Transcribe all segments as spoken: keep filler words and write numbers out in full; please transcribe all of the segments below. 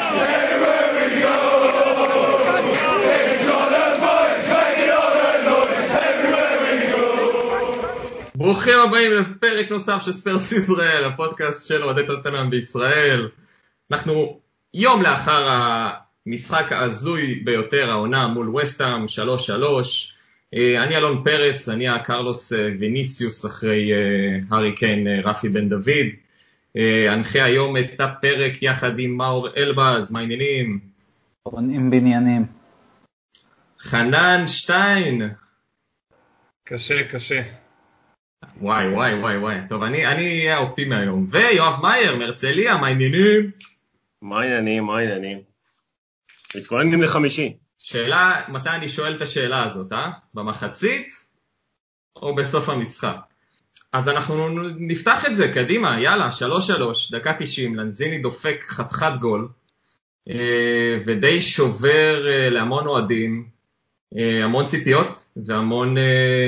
ברוכים הבאים לפרק נוסף של ספרס ישראל, הפודקאסט של אוהדי טוטנהאם בישראל. אנחנו יום לאחר המשחק ההזוי ביותר העונה מול וסטהאם, שלוש שלוש. אני אלון פרס, אני הקרלוס ויניסיוס אחרי הארי קיין, רפי בן דוד. אנחה היום את הפרק יחד עם מאור אלבז, מה העניינים? עונים בניינים. חנן שטיין. קשה, קשה. וואי וואי וואי וואי, טוב, אני אני אהיה האופטימי היום. ויואב מאייר מהרצליה, מה העניינים? מה העניינים, מה העניינים? מתכוננים לחמישי. שאלה, מתי אני שואל את השאלה הזאת, אה? במחצית או בסוף המשחק? אז אנחנו נפתח את זה, קדימה, יאללה, שלוש שלוש, דקה תשעים, לנזיני דופק חתיכת גול, ודי שובר להמון אוהדים, המון ציפיות והמון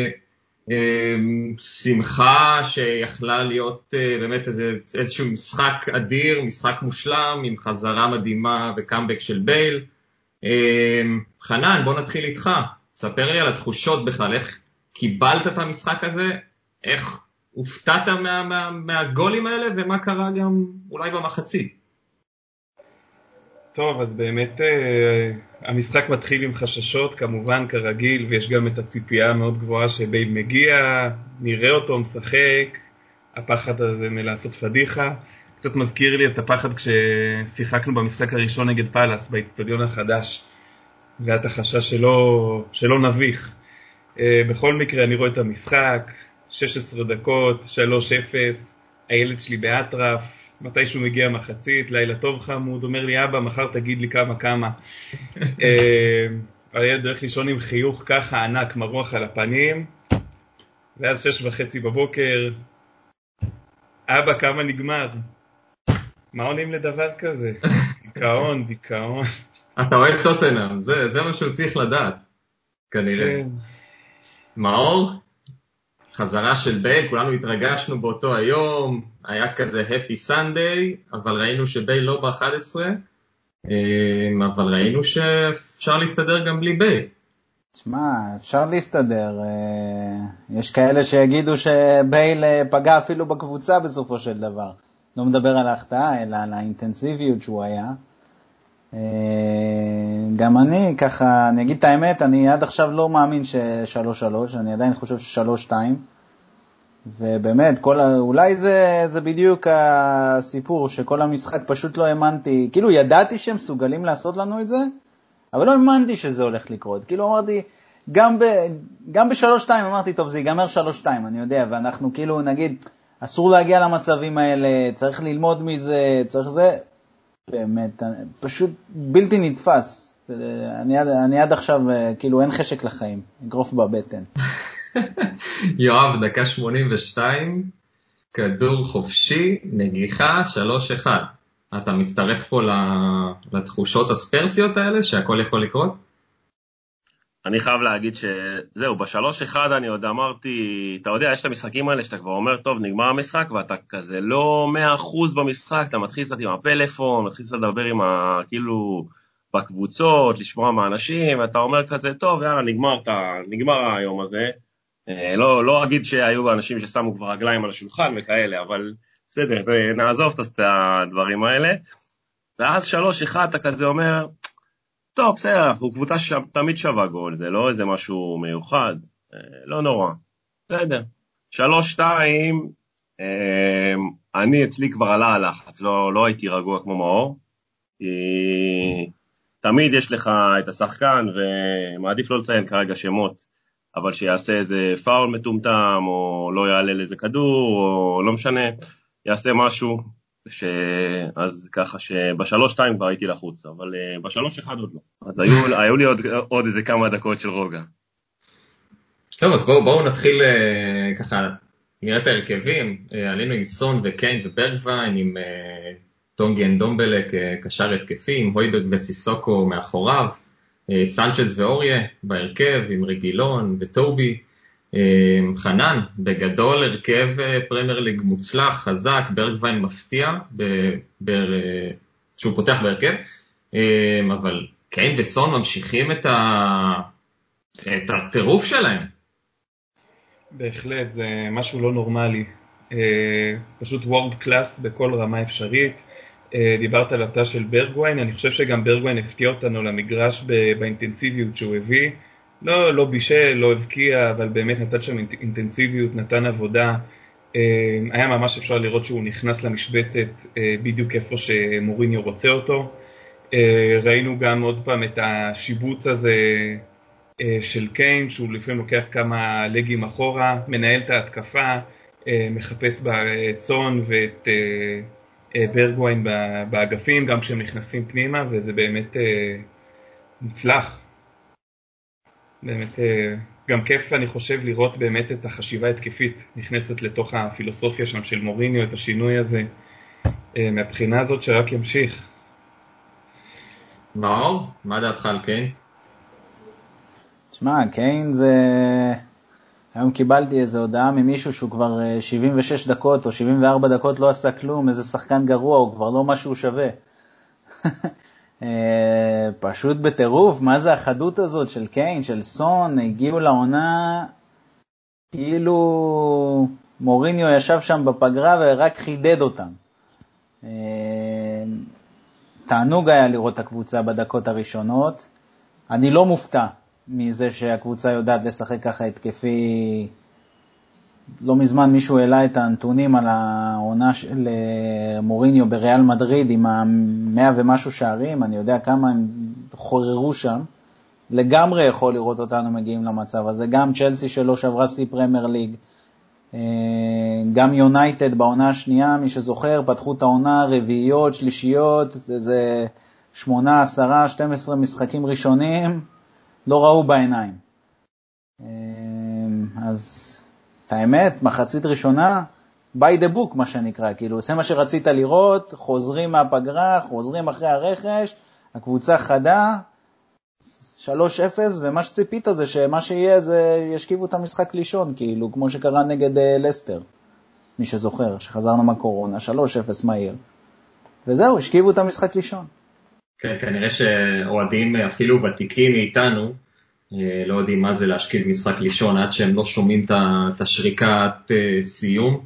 שמחה שיכלה להיות באמת איזה, איזשהו משחק אדיר, משחק מושלם עם חזרה מדהימה וקאמבק של בייל. חנן, בוא נתחיל איתך, תספר לי על התחושות בכלל, איך קיבלת את המשחק הזה, איך הופתעת מה, מה, מהגולים האלה ומה קרה גם אולי במחצית. טוב, אז באמת אה, המשחק מתחיל עם חששות כמובן כרגיל, ויש גם את הציפייה המאוד גבוהה שבייל מגיע, נראה אותו משחק, הפחד הזה מלעשות פדיחה. קצת מזכיר לי את הפחד כששיחקנו במשחק הראשון נגד פלאס באצטדיון החדש, ואת החשש שלא, שלא נביך. אה, בכל מקרה אני רואה את המשחק, שש עשרה דקות, שלוש אפס, הילד שלי באטרף, מתי שהוא מגיע מחצית, לילה טוב חמוד, אומר לי אבא מחר תגיד לי כמה כמה. הילד דרך לישון עם חיוך ככה ענק מרוח על הפנים, ואז שש וחצי בבוקר, אבא כמה נגמר, מה עונים לדבר כזה? דיכאון, דיכאון. אתה אוהד טוטנהאם, זה, זה מה שהוא צריך לדעת, כנראה. מאור? חזרה של בייל, כולנו התרגשנו באותו היום, היה כזה Happy Sunday, אבל ראינו שבייל לא ב-אחת עשרה, אבל ראינו שאפשר להסתדר גם בלי בייל. תשמע, אפשר להסתדר, יש כאלה שיגידו שבייל פגע אפילו בקבוצה בסופו של דבר, לא מדבר על ההחטאה, אלא על האינטנסיביות שהוא היה. גם אני ככה, אני אגיד את האמת, אני עד עכשיו לא מאמין ששלוש שלוש, אני עדיין חושב ששלוש שתיים, ובאמת, כל, אולי זה, זה בדיוק הסיפור, שכל המשחק פשוט לא האמנתי, כאילו ידעתי שהם מסוגלים לעשות לנו את זה, אבל לא האמנתי שזה הולך לקרות, כאילו אמרתי, גם, ב, גם בשלוש שתיים אמרתי, טוב זה ייגמר שלוש שתיים, אני יודע, ואנחנו כאילו נגיד, אסור להגיע למצבים האלה, צריך ללמוד מזה, צריך זה, באמת, פשוט בלתי נתפס. אני, אני עד עכשיו, כאילו, אין חשק לחיים. אגרוף בבטן. יואב, דקה שמונים ושתיים, כדור חופשי, נגיחה, שלוש אחד. אתה מצטרף פה לתחושות הספרסיות האלה, שהכל יכול לקרות? אני חייב להגיד שזהו, בשלוש אחד אני עוד אמרתי, אתה יודע, יש את המשחקים האלה שאתה כבר אומר, טוב, נגמר המשחק, ואתה כזה לא מאה אחוז במשחק, אתה מתחיל קצת עם הפלאפון, מתחיל קצת לדבר עם ה, כאילו, בקבוצות, לשמוע מהאנשים, ואתה אומר כזה, טוב, יאללה, נגמר, אתה, נגמר היום הזה. לא, לא אגיד שהיו אנשים ששמו כבר רגליים על השולחן וכאלה, אבל בסדר, נעזוב את הדברים האלה. ואז שלוש אחד אתה כזה אומר, טוב, בסדר, אנחנו קבוצה שתמיד שווה גול, זה לא איזה משהו מיוחד, לא נורא, בסדר. שלוש שתיים, אני אצלי כבר עלה הלחץ, לא, לא הייתי רגוע כמו מאור, כי תמיד יש לך את השחקן, ומעדיף לא לציין כרגע שמות, אבל שיעשה איזה פאול מטומטם, או לא יעלה לאיזה כדור, או לא משנה, יעשה משהו, ש... אז ככה שבשלוש שתיים כבר הייתי לחוץ, אבל uh, בשלוש אחד עוד לא. אז היו, היו לי עוד, עוד איזה כמה דקות של רוגע. טוב, אז בואו בוא נתחיל uh, ככה, נראה את ההרכבים. Uh, עלינו עם סון וקיין וברגווין, עם uh, טונגי אנדומבלה כקשר התקפי, עם הויברג וסיסוקו מאחוריו, uh, סנצ'ז ואוריה בהרכב, עם רגילון וטובי. חנן, בגדול הרכב פרמייר ליג מוצלח, חזק, ברגווין מפתיע, ב, ב, שהוא פותח בהרכב, אבל קיין וסון ממשיכים את, ה... את הטירוף שלהם. בהחלט, זה משהו לא נורמלי. פשוט וורד קלאס בכל רמה אפשרית. דיברת על התא של ברגווין, אני חושב שגם ברגווין הפתיע אותנו למגרש באינטנסיביות שהוא הביא. לא, לא בישל, לא הבקיע, אבל באמת נתן שם אינטנסיביות, נתן עבודה. היה ממש אפשר לראות שהוא נכנס למשבצת בדיוק איפה שמוריניו רוצה אותו. ראינו גם עוד פעם את השיבוץ הזה של קיין, שהוא לפעמים לוקח כמה לגים אחורה, מנהל את ההתקפה, מחפש בצון ואת ברגווין באגפים, גם כשהם נכנסים פנימה, וזה באמת מוצלח. באמת, גם כיף אני חושב לראות באמת את החשיבה התקפית נכנסת לתוך הפילוסופיה שם של מוריניו, את השינוי הזה, מהבחינה הזאת שרק ימשיך. מאור, מה דעתך על קיין? תשמע, קיין זה... היום קיבלתי איזו הודעה ממישהו שהוא כבר שבעים ושש דקות או שבעים וארבע דקות לא עשה כלום, איזה שחקן גרוע, הוא כבר לא משהו שווה. פשוט בטירוף, מה זה החדות הזאת של קיין, של סון, הגיעו לעונה, כאילו מוריניו ישב שם בפגרה ורק חידד אותם. תענוג היה לראות את הקבוצה בדקות הראשונות. אני לא מופתע מזה שהקבוצה יודעת לשחק ככה התקפי. לא מזמן מישהו העלה את הנתונים על העונה של מוריניו בריאל מדריד עם המאה ומשהו שערים, אני יודע כמה הם חוררו שם. לגמרי יכול לראות אותנו מגיעים למצב הזה, גם צ'לסי שלא שברה סי פרמייר ליג, גם יונייטד בעונה השנייה, מי שזוכר, פתחו את העונה רביעיות, שלישיות, איזה שמונה, עשרה, שתים עשרה משחקים ראשונים, לא ראו בעיניים. אז את האמת, מחצית ראשונה, by the book מה שנקרא, כאילו עושה מה שרצית לראות, חוזרים מהפגרה, חוזרים אחרי הרכש, הקבוצה חדה, שלוש אפס, ומה שציפית זה שמה שיהיה זה ישכיבו את המשחק לישון, כאילו כמו שקרה נגד לסטר, מי שזוכר, שחזרנו מהקורונה, שלוש אפס מהיר, וזהו, השכיבו את המשחק לישון. כן, כנראה שאוהדים אפילו ותיקים מאיתנו, לא יודעים מה זה להשכיב משחק לישון, עד שהם לא שומעים את השריקת סיום.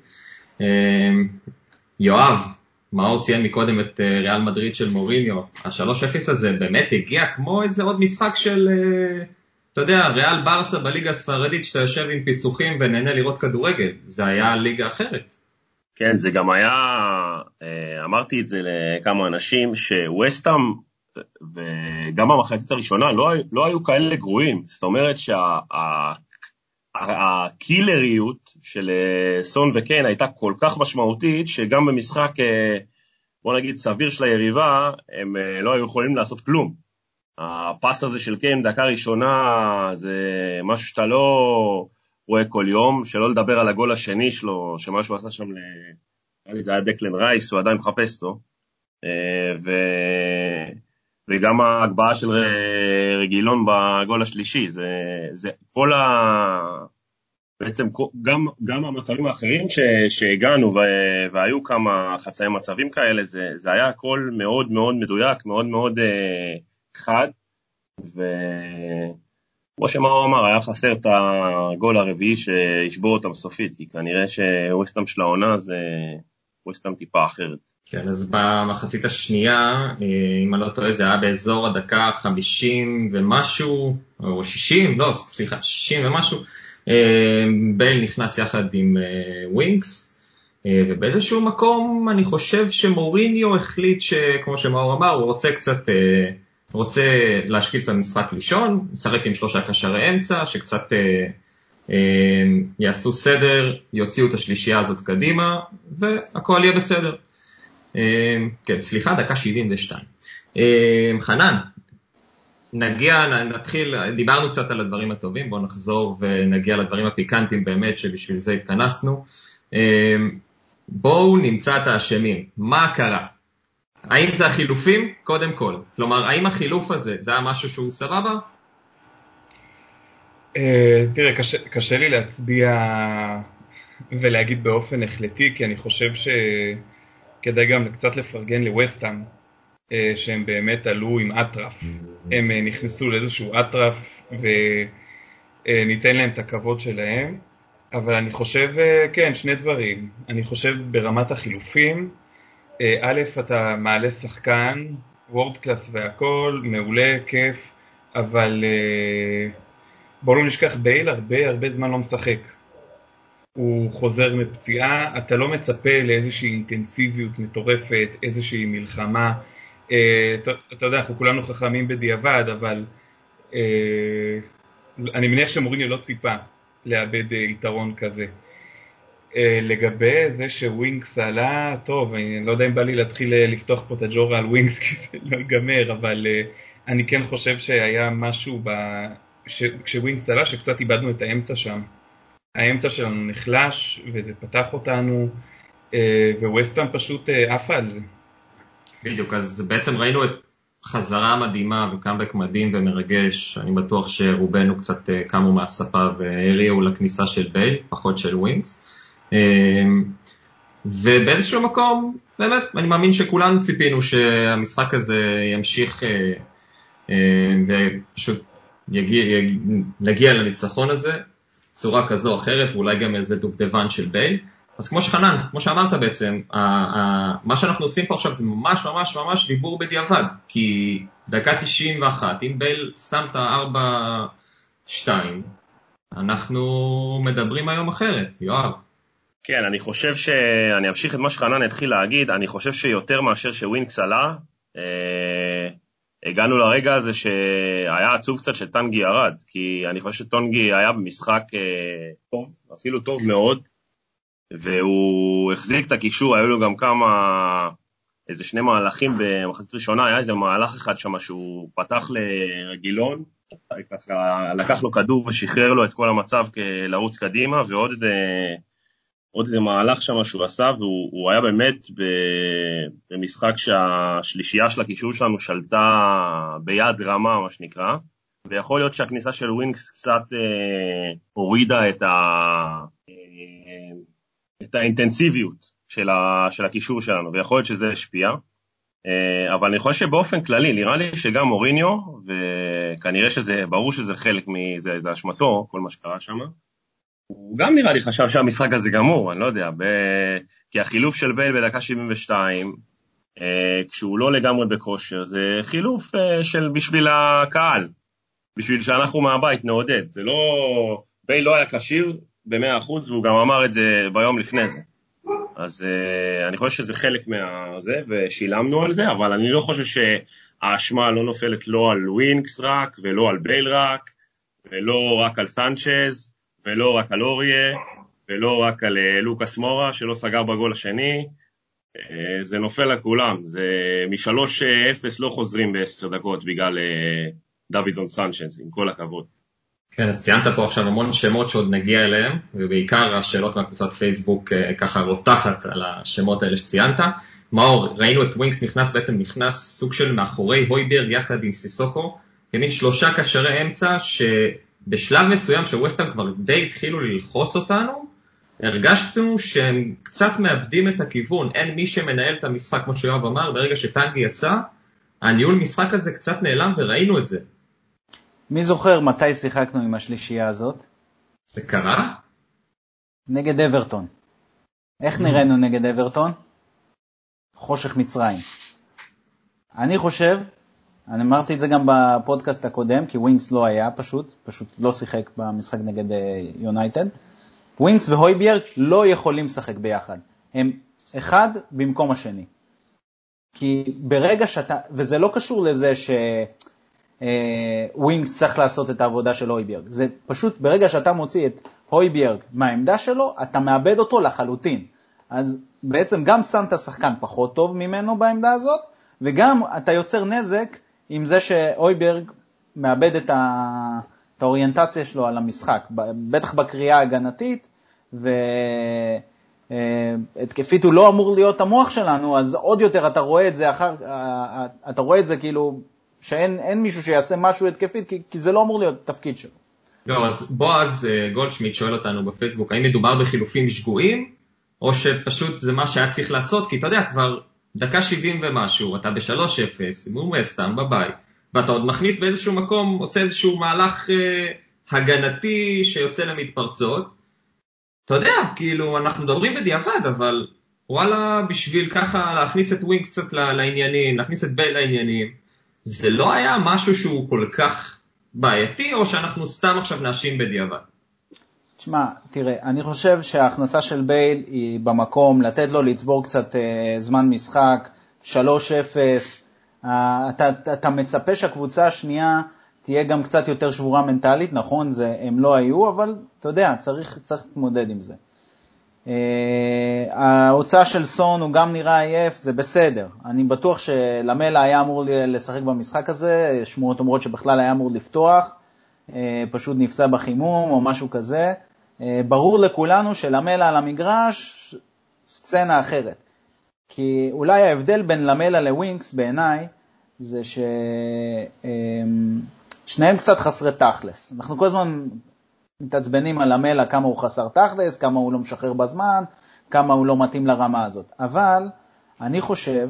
יואב, מאור ציין מקודם את ריאל מדריד של מוריניו, ה-שלוש אפס הזה באמת הגיע כמו איזה עוד משחק של, אתה יודע, ריאל ברסה בליגה הספרדית, שאתה יושב עם פיצוחים ונהנה לראות כדורגל, זה היה ליגה אחרת. כן, זה גם היה, אמרתי את זה לכמה אנשים, שווסטהאם וגם המחצית הראשונה לא, לא היו כאלה גרועים, זאת אומרת שהקילריות של סון וקיין הייתה כל כך משמעותית, שגם במשחק, בוא נגיד, סביר של היריבה, הם לא היו יכולים לעשות כלום. הפס הזה של קיין דקה ראשונה, זה משהו שאתה לא רואה כל יום, שלא לדבר על הגול השני שלו, שמשהו עשה שם, זה היה דקלן רייס, הוא עדיין מחפש אותו, ו... וגם ההגבהה של רגילון בגול השלישי, זה, זה כל ה... בעצם גם, גם המצבים האחרים ש, שהגענו והיו כמה חצאי מצבים כאלה, זה, זה היה הכל מאוד מאוד מדויק, מאוד מאוד uh, חד, וכמו שמאור אמר, היה חסר את הגול הרביעי שישבור אותם סופית, כי כנראה שווסטהאם של העונה זה וווסטהאם טיפה אחרת. כן, אז במחצית השנייה, אם אני לא טועה, זה היה באזור הדקה חמישים ומשהו, או שישים, לא, סליחה, שישים ומשהו, בייל נכנס יחד עם ווינקס, ובאיזשהו מקום אני חושב שמוריניו החליט שכמו שמאור אמר, הוא רוצה קצת, רוצה להשקיף את המשחק לישון, לשחק עם שלושה קשרי אמצע, שקצת יעשו סדר, יוציאו את השלישייה הזאת קדימה, והכל יהיה בסדר. כן, סליחה, דקה שבעים ושתיים. חנן, נגיע, נתחיל, דיברנו קצת על הדברים הטובים, בואו נחזור ונגיע לדברים הפיקנטיים באמת שבשביל זה התכנסנו. בואו נמצא את האשמים, מה קרה? האם זה החילופים? קודם כל. כלומר, האם החילוף הזה, זה היה משהו שהוא סבבה? תראה, קשה, קשה לי להצביע ולהגיד באופן החלטי, כי אני חושב שכדאי גם קצת לפרגן לווסטהאם. שהם באמת עלו עם אטרף. הם נכנסו לאיזשהו אטרף וניתן להם את הכבוד שלהם. אבל אני חושב, כן, שני דברים. אני חושב ברמת החילופים, א', אתה מעלה שחקן, וורד קלאס והכל, מעולה, כיף, אבל בואו לא נשכח, בייל הרבה הרבה זמן לא משחק. הוא חוזר מפציעה, אתה לא מצפה לאיזושהי אינטנסיביות מטורפת, איזושהי מלחמה. אתה, אתה יודע, אנחנו כולנו חכמים בדיעבד, אבל אני מניח שמוריניו לא ציפה לאבד יתרון כזה. לגבי זה שווינקס עלה, טוב, אני לא יודע אם בא לי להתחיל לפתוח פה את הג'ורה על ווינקס כי זה לא ייגמר, אבל אני כן חושב שהיה משהו ב... ש... כשווינקס עלה שקצת איבדנו את האמצע שם. האמצע שלנו נחלש וזה פתח אותנו, וווסטהאם פשוט עפה על זה. בדיוק, אז בעצם ראינו את חזרה מדהימה וקאמבק מדהים ומרגש. אני בטוח שרובנו קצת קמו מהספה והריעו לכניסה של בייל, פחות של ווינקס. ובאיזשהו מקום, באמת, אני מאמין שכולנו ציפינו שהמשחק הזה ימשיך ופשוט יגיע, נגיע לניצחון הזה, צורה כזו או אחרת, ואולי גם איזה דובדבן של בייל. אז כמו שחנן, כמו שאמרת בעצם, מה שאנחנו עושים פה עכשיו זה ממש ממש ממש דיבור בדיעבד, כי דקה תשעים ואחת, אם בייל שם את ה-ארבע שתיים, אנחנו מדברים היום אחרת, יואב. כן, אני חושב שאני אמשיך את מה שחנן התחיל להגיד, אני חושב שיותר מאשר שווינקס עלה, אה, הגענו לרגע הזה שהיה עצוב קצת שטנגי ירד, כי אני חושב שטונגי היה במשחק אה, טוב, אפילו טוב מאוד, והוא החזיק את הקישור, היו לו גם כמה, איזה שני מהלכים במחצית ראשונה, היה איזה מהלך אחד שם שהוא פתח לגילון, לקח לו כדור ושחרר לו את כל המצב לרוץ קדימה, ועוד איזה, עוד איזה מהלך שם שהוא עשה, והוא היה באמת במשחק שהשלישייה של הקישור שלנו שלטה ביד רמה, מה שנקרא, ויכול להיות שהכניסה של ווינקס קצת אה, הורידה את ה... אה, את האינטנסיביות של, ה, של הקישור שלנו, ויכול להיות שזה השפיע, אבל אני חושב שבאופן כללי, נראה לי שגם מוריניו, וכנראה שזה, ברור שזה חלק מזה, זה אשמתו, כל מה שקרה שם, הוא גם נראה לי חשב שהמשחק הזה גמור, אני לא יודע, ב... כי החילוף של בייל בדקה שבעים ושתיים, כשהוא לא לגמרי בכושר, זה חילוף של בשביל הקהל, בשביל שאנחנו מהבית נעודד, זה לא, בייל לא היה כשיר, ב-מאה אחוז, והוא גם אמר את זה ביום לפני זה. אז uh, אני חושב שזה חלק מהזה, ושילמנו על זה, אבל אני לא חושב שהאשמה לא נופלת לא על ווינקס רק, ולא על בייל רק, ולא רק על סנצ'ז, ולא רק על אוריה, ולא רק על uh, לוקאס מורה, שלא סגר בגול השני. Uh, זה נופל על כולם. זה מ-שלוש אפס לא חוזרים ב-עשר דקות, בגלל uh, דוידסון סנצ'ז, עם כל הכבוד. כן, אז ציינת פה עכשיו המון שמות שעוד נגיע אליהם, ובעיקר השאלות מהקבוצת פייסבוק ככה רותחת על השמות האלה שציינת. מאור, ראינו את ווינקס נכנס, בעצם נכנס סוג של מאחורי הויברג יחד עם סיסוקו, כמין שלושה קשרי אמצע שבשלב מסוים שווסטהאם כבר די התחילו ללחוץ אותנו, הרגשנו שהם קצת מאבדים את הכיוון, אין מי שמנהל את המשחק כמו שיואב אמר, ברגע שטנגי יצא, הניהול משחק הזה קצת נעלם וראינו את זה. מי זוכר מתי שיחקנו עם השלישייה הזאת? זה קרה? נגד אברטון. איך נראינו נגד אברטון? חושך מצרים. אני חושב, אני אמרתי את זה גם בפודקאסט הקודם, כי ווינקס לא היה פשוט, פשוט לא שיחק במשחק נגד יונייטד. ווינקס והויברג לא יכולים לשחק ביחד. הם אחד במקום השני. כי ברגע שאתה, וזה לא קשור לזה ש... ווינקס צריך לעשות את העבודה של הויברג. זה פשוט ברגע שאתה מוציא את הויברג מהעמדה שלו, אתה מאבד אותו לחלוטין. אז בעצם גם שמת שחקן פחות טוב ממנו בעמדה הזאת, וגם אתה יוצר נזק עם זה שהויברג מאבד את, ה... את האוריינטציה שלו על המשחק, בטח בקריאה הגנתית, והתקפית הוא לא אמור להיות המוח שלנו, אז עוד יותר אתה רואה את זה אחר, אתה רואה את זה כאילו, שאין אין מישהו שיעשה משהו התקפית, כי, כי זה לא אמור להיות תפקיד שלו. לא, אז בועז גולדשמיט שואל אותנו בפייסבוק, האם מדובר בחילופים שגויים, או שפשוט זה מה שהיה צריך לעשות, כי אתה יודע, כבר דקה שבעים ומשהו, אתה ב-שלוש אפס, מול וסטהאם בבית, ואתה עוד מכניס באיזשהו מקום, עושה איזשהו מהלך אה, הגנתי שיוצא למתפרצות. אתה יודע, כאילו, אנחנו מדברים בדיעבד, אבל וואלה, בשביל ככה להכניס את ווינקס קצת לעניינים, להכניס את בייל לעניינים, זה לא היה משהו שהוא כל כך בעייתי, או שאנחנו סתם עכשיו נאשים בדיעבד? תשמע, תראה, אני חושב שההכנסה של בייל היא במקום, לתת לו לצבור קצת אה, זמן משחק, שלוש אפס, אה, אתה, אתה, אתה מצפה שהקבוצה השנייה תהיה גם קצת יותר שבורה מנטלית, נכון, זה, הם לא היו, אבל אתה יודע, צריך, צריך להתמודד עם זה. אה, ההוצאה של סון הוא גם נראה עייף, זה בסדר. אני בטוח שלמלה היה אמור לשחק במשחק הזה, שמועות אומרות שבכלל היה אמור לפתוח, אה, פשוט נפצע בחימום או משהו כזה. ברור לכולנו שלמלה על המגרש סצנה אחרת. כי אולי ההבדל בין למלה לווינקס בעיניי זה ששניהם קצת חסרי תכלס. אנחנו כל הזמן מתעצבנים על למלה כמה הוא חסר תכלס, כמה הוא לא משחרר בזמן, כמה הוא לא מתאים לרמה הזאת. אבל אני חושב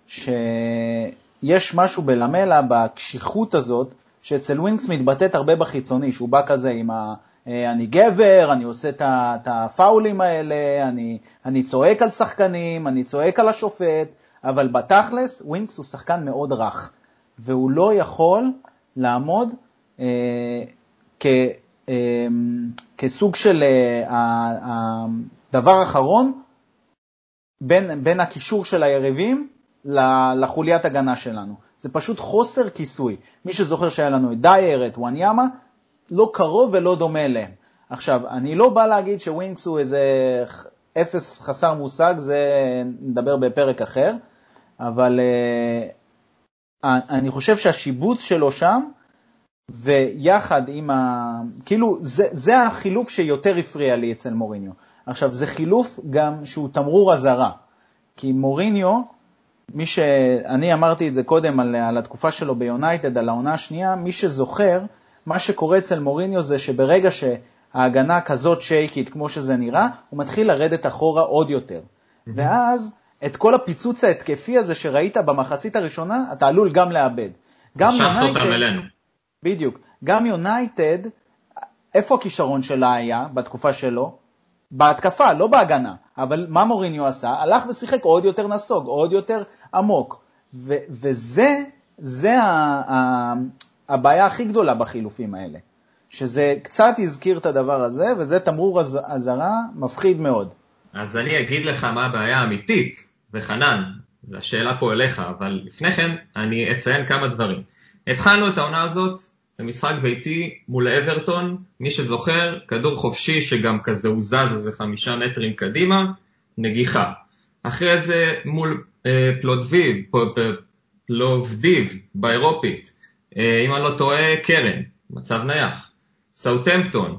שיש משהו בלמלה בקשיחות הזאת שאצל ווינקס מתבטאת הרבה בחיצוני, שהוא בא כזה עם ה... אני גבר, אני עושה את הפאולים האלה, אני, אני צועק על שחקנים, אני צועק על השופט, אבל בתכלס ווינקס הוא שחקן מאוד רך, והוא לא יכול לעמוד אה, כ, אה, כסוג של אה, הדבר האחרון בין, בין הקישור של היריבים לחוליית הגנה שלנו. זה פשוט חוסר כיסוי. מי שזוכר שהיה לנו את דייר, את וואניאמה, לא קרוב ולא דומה להם. עכשיו, אני לא בא להגיד שווינקס הוא איזה אפס חסר מושג, זה נדבר בפרק אחר, אבל uh, אני חושב שהשיבוץ שלו שם, ויחד עם ה... כאילו, זה, זה החילוף שיותר הפריע לי אצל מוריניו. עכשיו, זה חילוף גם שהוא תמרור הזרה, כי מוריניו, מי שאני אמרתי את זה קודם על, על התקופה שלו ביונייטד, על העונה השנייה, מי שזוכר, מה שקורה אצל מוריניו זה שברגע שההגנה כזאת שייקית כמו שזה נראה, הוא מתחיל לרדת אחורה עוד יותר. Mm-hmm. ואז את כל הפיצוץ ההתקפי הזה שראית במחצית הראשונה, אתה עלול גם לאבד. גם יונייטד, בדיוק, גם יונייטד, איפה הכישרון שלה היה בתקופה שלו? בהתקפה, לא בהגנה. אבל מה מוריניו עשה? הלך ושיחק עוד יותר נסוג, עוד יותר עמוק. ו- וזה, זה ה... ה- הבעיה הכי גדולה בחילופים האלה, שזה קצת הזכיר את הדבר הזה, וזה תמרור הזרה מפחיד מאוד. אז אני אגיד לך מה הבעיה האמיתית, וחנן, זו השאלה פה אליך, אבל לפני כן אני אציין כמה דברים. התחלנו את העונה הזאת במשחק ביתי מול אברטון, מי שזוכר, כדור חופשי שגם כזה הוא זז איזה חמישה מטרים קדימה, נגיחה. אחרי זה מול אה, פלודביב, פלובדיב באירופית, אם אני לא טועה, קרן, מצב נייח. סאוטהמפטון,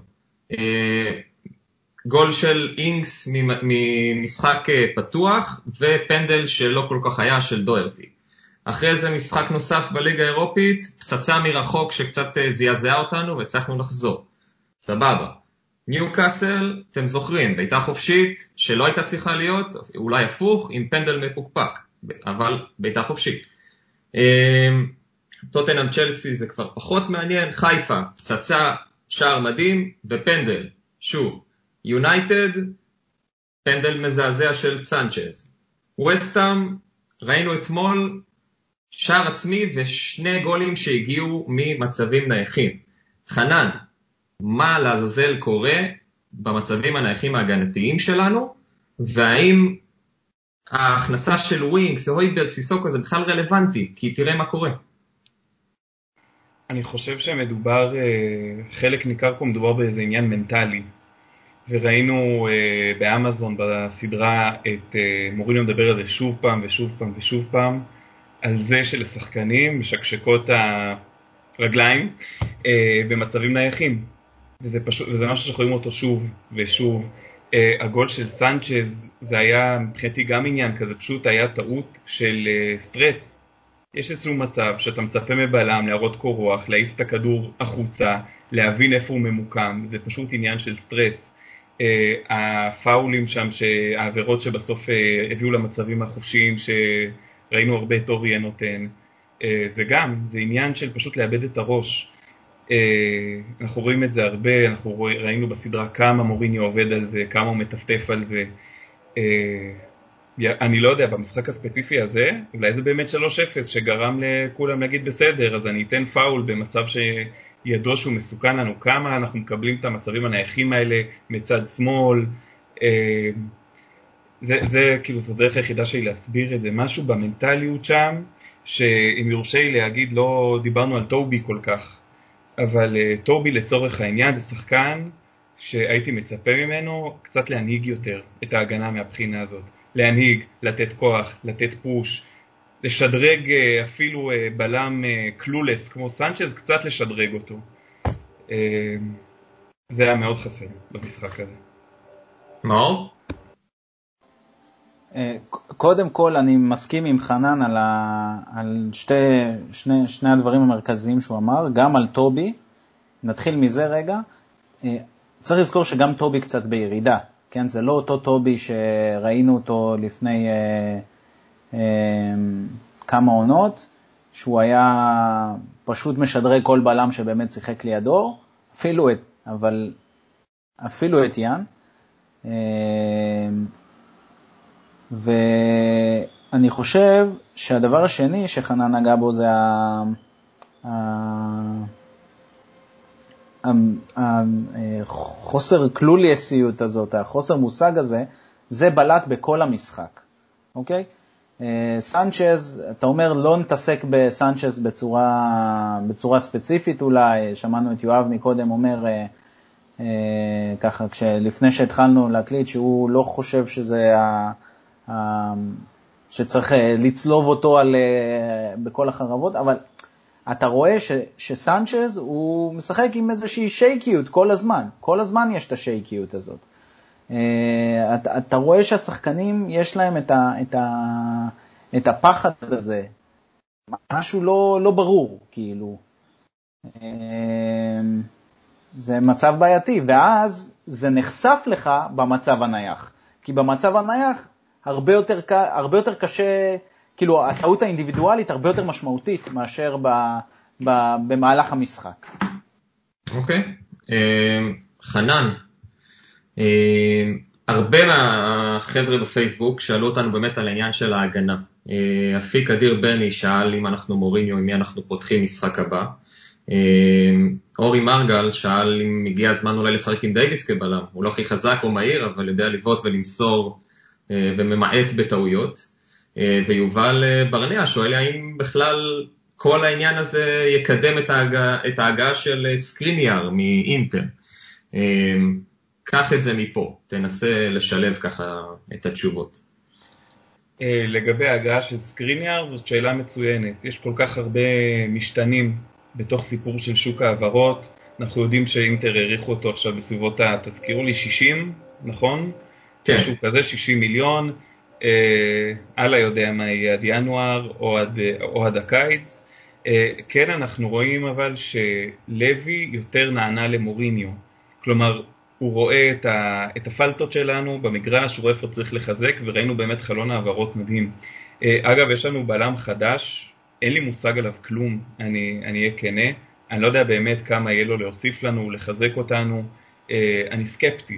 גול של אינגס ממשחק פתוח, ופנדל שלא כל כך היה של דוירטי. אחרי זה משחק נוסף בליגה האירופית, פצצה מרחוק שקצת זעזעה אותנו, והצלחנו לחזור. סבבה. ניוקאסל, אתם זוכרים, בעיטה חופשית שלא הייתה צריכה להיות, אולי הפוך, עם פנדל מפוקפק, אבל בעיטה חופשית. טוטנהאם צ'לסי זה כבר פחות מעניין, חיפה, פצצה, שער מדהים ופנדל, שוב, יונייטד, פנדל מזעזע של סנצ'ז, וסטהאם, ראינו אתמול, שער עצמי ושני גולים שהגיעו ממצבים נייחים. חנן, מה לעזאזל קורה במצבים הנייחים ההגנתיים שלנו, והאם ההכנסה של ווינקס, הויברג, סיסוקו זה בכלל רלוונטי, כי תראה מה קורה. אני חושב שמדובר, חלק ניכר פה מדובר באיזה עניין מנטלי, וראינו באמזון בסדרה את מוריניו מדבר על זה שוב פעם ושוב פעם ושוב פעם, על זה שלשחקנים משקשקות הרגליים במצבים נייחים, וזה, פשוט, וזה משהו שחויים אותו שוב ושוב. הגול של סנצ'ז זה היה מבחינתי גם עניין כזה, פשוט היה טעות של סטרס. יש אצלו מצב שאתה מצפה מבלם להראות קור רוח, להעיף את הכדור החוצה, להבין איפה הוא ממוקם, זה פשוט עניין של סטרס. הפאולים שם, העבירות שבסוף הביאו למצבים החופשיים שראינו הרבה את אוריה נותן, זה גם, זה עניין של פשוט לאבד את הראש. אנחנו רואים את זה הרבה, אנחנו ראינו בסדרה כמה מוריניו עובד על זה, כמה הוא מטפטף על זה. אני לא יודע, במשחק הספציפי הזה, אולי זה באמת שלוש אפס שגרם לכולם להגיד בסדר, אז אני אתן פאול במצב שידוע שהוא מסוכן לנו, כמה אנחנו מקבלים את המצבים הנייחים האלה מצד שמאל. זה, זה כאילו זו דרך היחידה שלי להסביר את זה, משהו במנטליות שם, שאם יורשה לי להגיד, לא דיברנו על טובי כל כך, אבל טובי לצורך העניין זה שחקן שהייתי מצפה ממנו קצת להנהיג יותר את ההגנה מהבחינה הזאת. להנהיג, לתת כוח, לתת פוש, לשדרג אפילו בלם קלולס כמו סנצ'ז, קצת לשדרג אותו. זה היה מאוד חסר במשחק הזה. מאור? קודם כל אני מסכים עם חנן על, ה... על שתי, שני, שני הדברים המרכזיים שהוא אמר, גם על טובי, נתחיל מזה רגע, צריך לזכור שגם טובי קצת בירידה, כן? זה לא אותו טובי שראינו אותו לפני אה, אה, כמה עונות, שהוא היה פשוט משדרג כל בלם שבאמת שיחק לידו, אפילו את, אבל אפילו את יאן. אה, ואני חושב שהדבר השני שחנן נגע בו זה ה... החוסר קלולייסיות הזאת, החוסר מושג הזה, זה בלט בכל המשחק, אוקיי? סנצ'ז, אתה אומר לא נתעסק בסנצ'ז בצורה, בצורה ספציפית אולי, שמענו את יואב מקודם אומר, ככה, לפני שהתחלנו להקליט, שהוא לא חושב שזה, שצריך לצלוב אותו על, בכל החרבות, אבל אתה רואה ש, שסנצ'ז הוא משחק עם איזושהי שייקיות כל הזמן, כל הזמן יש את השייקיות הזאת. אתה, אתה רואה שהשחקנים יש להם את, ה, את, ה, את הפחד הזה, משהו לא, לא ברור, כאילו. זה מצב בעייתי, ואז זה נחשף לך במצב הנייח, כי במצב הנייח הרבה יותר, הרבה יותר קשה, כאילו הטעות האינדיבידואלית הרבה יותר משמעותית מאשר ב, ב, במהלך המשחק. אוקיי. Okay. Uh, חנן, uh, הרבה מהחבר'ה בפייסבוק שאלו אותנו באמת על העניין של ההגנה. Uh, אפיק אדיר בני שאל אם אנחנו מוריניו, עם מי אנחנו פותחים משחק הבא. Uh, אורי מרגל שאל אם הגיע הזמן אולי לשחק עם דייביס כבלם. הוא לא הכי חזק או מהיר, אבל יודע לבעוט ולמסור uh, וממעט בטעויות. ויובל ברנע שואל האם בכלל כל העניין הזה יקדם את ההגעה, את ההגעה של סקריניאר מאינטר. קח את זה מפה, תנסה לשלב ככה את התשובות. לגבי ההגעה של סקריניאר, זאת שאלה מצוינת. יש כל כך הרבה משתנים בתוך סיפור של שוק העברות. אנחנו יודעים שאינטר העריכו אותו עכשיו בסביבות, תזכירו לי, שישים, נכון? כן. משהו כזה, שישים מיליון. אללה יודע מה יהיה עד ינואר או עד, או עד הקיץ. כן, אנחנו רואים אבל שלוי יותר נענה למוריניו. כלומר, הוא רואה את, ה, את הפלטות שלנו במגרש, הוא רואה איפה צריך לחזק, וראינו באמת חלון העברות מדהים. אגב, יש לנו בלם חדש, אין לי מושג עליו כלום, אני, אני אהיה כנה. אני לא יודע באמת כמה יהיה לו להוסיף לנו, לחזק אותנו. אני סקפטי.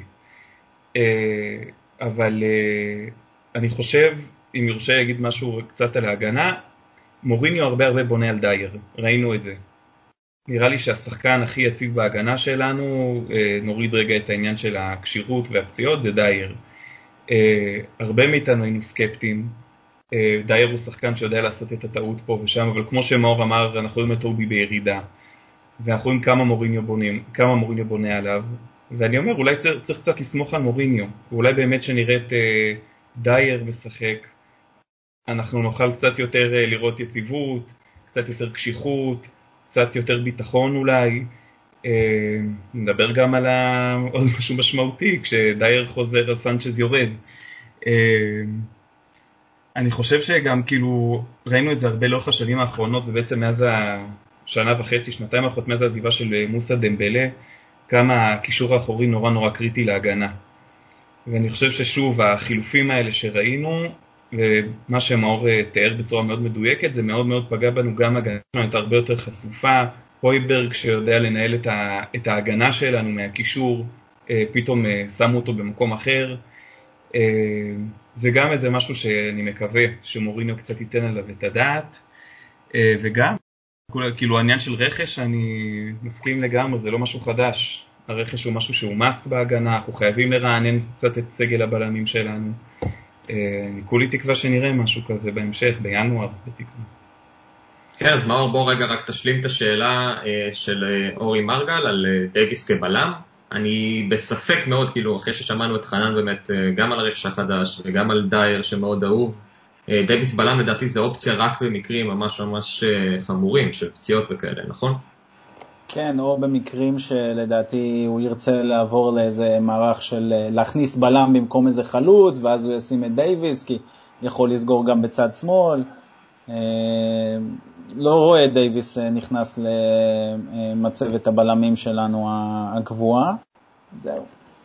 אבל אני חושב, אם יורשה להגיד משהו קצת על ההגנה, מוריניו הרבה הרבה בונה על דייר, ראינו את זה. נראה לי שהשחקן הכי יציב בהגנה שלנו, נוריד רגע את העניין של הקשירות והפציעות, זה דייר. הרבה מאיתנו היינו סקפטיים, דייר הוא שחקן שיודע לעשות את הטעות פה ושם, אבל כמו שמאור אמר, אנחנו רואים את טובי בירידה, ואנחנו רואים כמה מוריניו בונים, כמה מוריניו בונה עליו, ואני אומר, אולי צריך, צריך קצת לסמוך על מוריניו, ואולי באמת שנראה את דייר משחק, אנחנו נוכל קצת יותר לראות יציבות, קצת יותר קשיחות, קצת יותר ביטחון אולי. נדבר גם על עוד משהו משמעותי, כשדייר חוזר אז סנצ'ז יורד. אני חושב שגם כאילו ראינו את זה הרבה לאורך השנים האחרונות, ובעצם מאז השנה וחצי, שנתיים האחרונות, מאז העזיבה של מוסא דמבלה, כמה הקישור האחורי נורא נורא קריטי להגנה. ואני חושב ששוב, החילופים האלה שראינו, ומה שמאור תיאר בצורה מאוד מדויקת, זה מאוד מאוד פגע בנו, גם הגנה שלנו הייתה הרבה יותר חשופה, הויברג שיודע לנהל את, ה, את ההגנה שלנו מהקישור, פתאום שמו אותו במקום אחר, זה גם איזה משהו שאני מקווה שמוריניו קצת ייתן עליו את הדעת, וגם, כאילו העניין של רכש, אני מסכים לגמרי, זה לא משהו חדש, הרכש הוא משהו שהוא מאסק בהגנה, אנחנו חייבים לרענן קצת את סגל הבלמים שלנו, אני כולי תקווה שנראה משהו כזה בהמשך, בינואר, בתקווה. כן, אז מאור, בוא רגע רק תשלים את השאלה של אורי מרגל על דייביס כבלם. אני בספק מאוד, כאילו, אחרי ששמענו את חנן באמת, גם על הרכש החדש וגם על דייר שמאוד אהוב, דייביס בלם לדעתי זה אופציה רק במקרים ממש ממש חמורים של פציעות וכאלה, נכון? כן, או במקרים שלדעתי הוא ירצה לעבור לאיזה מערך של להכניס בלם במקום איזה חלוץ, ואז הוא ישים את דייביס, כי יכול לסגור גם בצד שמאל. לא רואה את דייביס נכנס למצבת הבלמים שלנו הקבועה. זהו.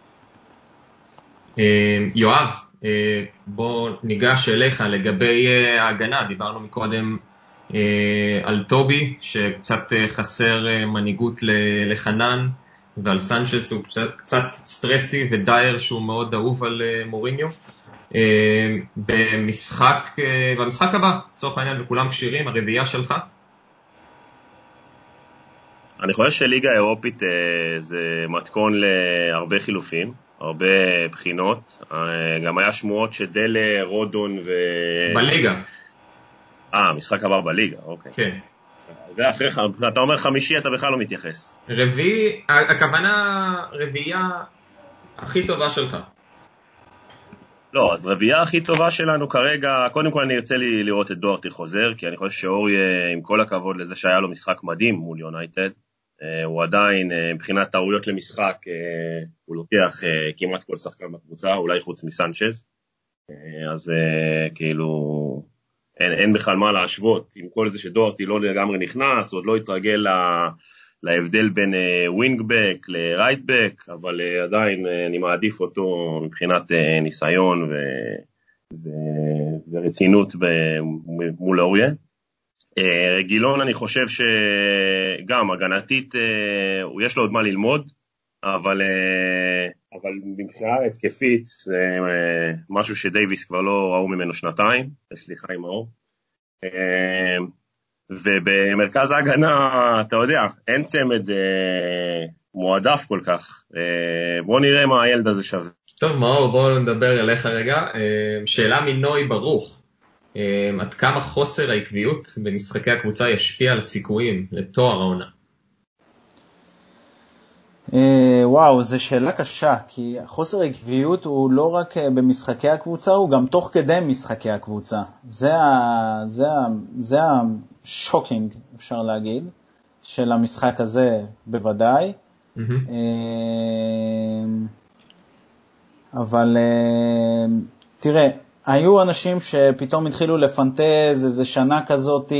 יואב, בוא ניגש אליך לגבי ההגנה. דיברנו מקודם על טובי, שקצת חסר מנהיגות לחנן, ועל סנצ'ס הוא קצת סטרסי, ודייר שהוא מאוד אהוב על מוריניו. במשחק, במשחק הבא, צורך העניין, וכולם קשירים, הרביעייה שלך? אני חושב שליגה אירופית זה מתכון להרבה חילופים, הרבה בחינות. גם היה שמועות שדלה, רודון ו... בליגה. אה, משחק עבר בליגה, אוקיי. כן. זה אחרי, אתה אומר חמישי, אתה בכלל לא מתייחס. רביעי, הכוונה רביעייה הכי טובה שלך. לא, אז רביעייה הכי טובה שלנו כרגע, קודם כל אני ארצה לי לראות את דוארטי חוזר, כי אני חושב שאורי, עם כל הכבוד לזה שהיה לו משחק מדהים מול יונייטד, הוא עדיין, מבחינת טעויות למשחק, הוא לוקח כמעט כל שחקן בקבוצה, אולי חוץ מסנצ'ז, אז כאילו, אין, אין בכלל מה להשוות, עם כל זה שדוארטי לא לגמרי נכנס, עוד לא התרגל לה... להבדל בין ווינגבק לרייטבק, אבל עדיין אני מעדיף אותו מבחינת ניסיון ו... ו... ורצינות מול אוריה. גילון אני חושב שגם הגנתית, יש לו עוד מה ללמוד, אבל, אבל מבחינה התקפית זה משהו שדייביס כבר לא ראו ממנו שנתיים, סליחה עם האור. ובמרכז ההגנה, אתה יודע, אין צמד אה, מועדף כל כך. אה, בוא נראה מה הילד הזה שווה. טוב, מאור, בוא נדבר אליך רגע. אה, שאלה מנוי ברוך. אה, עד כמה חוסר העקביות במשחקי הקבוצה ישפיע על הסיכויים לתואר העונה? אה, וואו, זו שאלה קשה, כי חוסר העקביות הוא לא רק במשחקי הקבוצה, הוא גם תוך כדי משחקי הקבוצה. זה ה... זה ה... זה ה... שוקינג, אפשר להגיד, של המשחק הזה בוודאי. Mm-hmm. אבל תראה, היו אנשים שפתאום התחילו לפנטז איזה שנה כזאת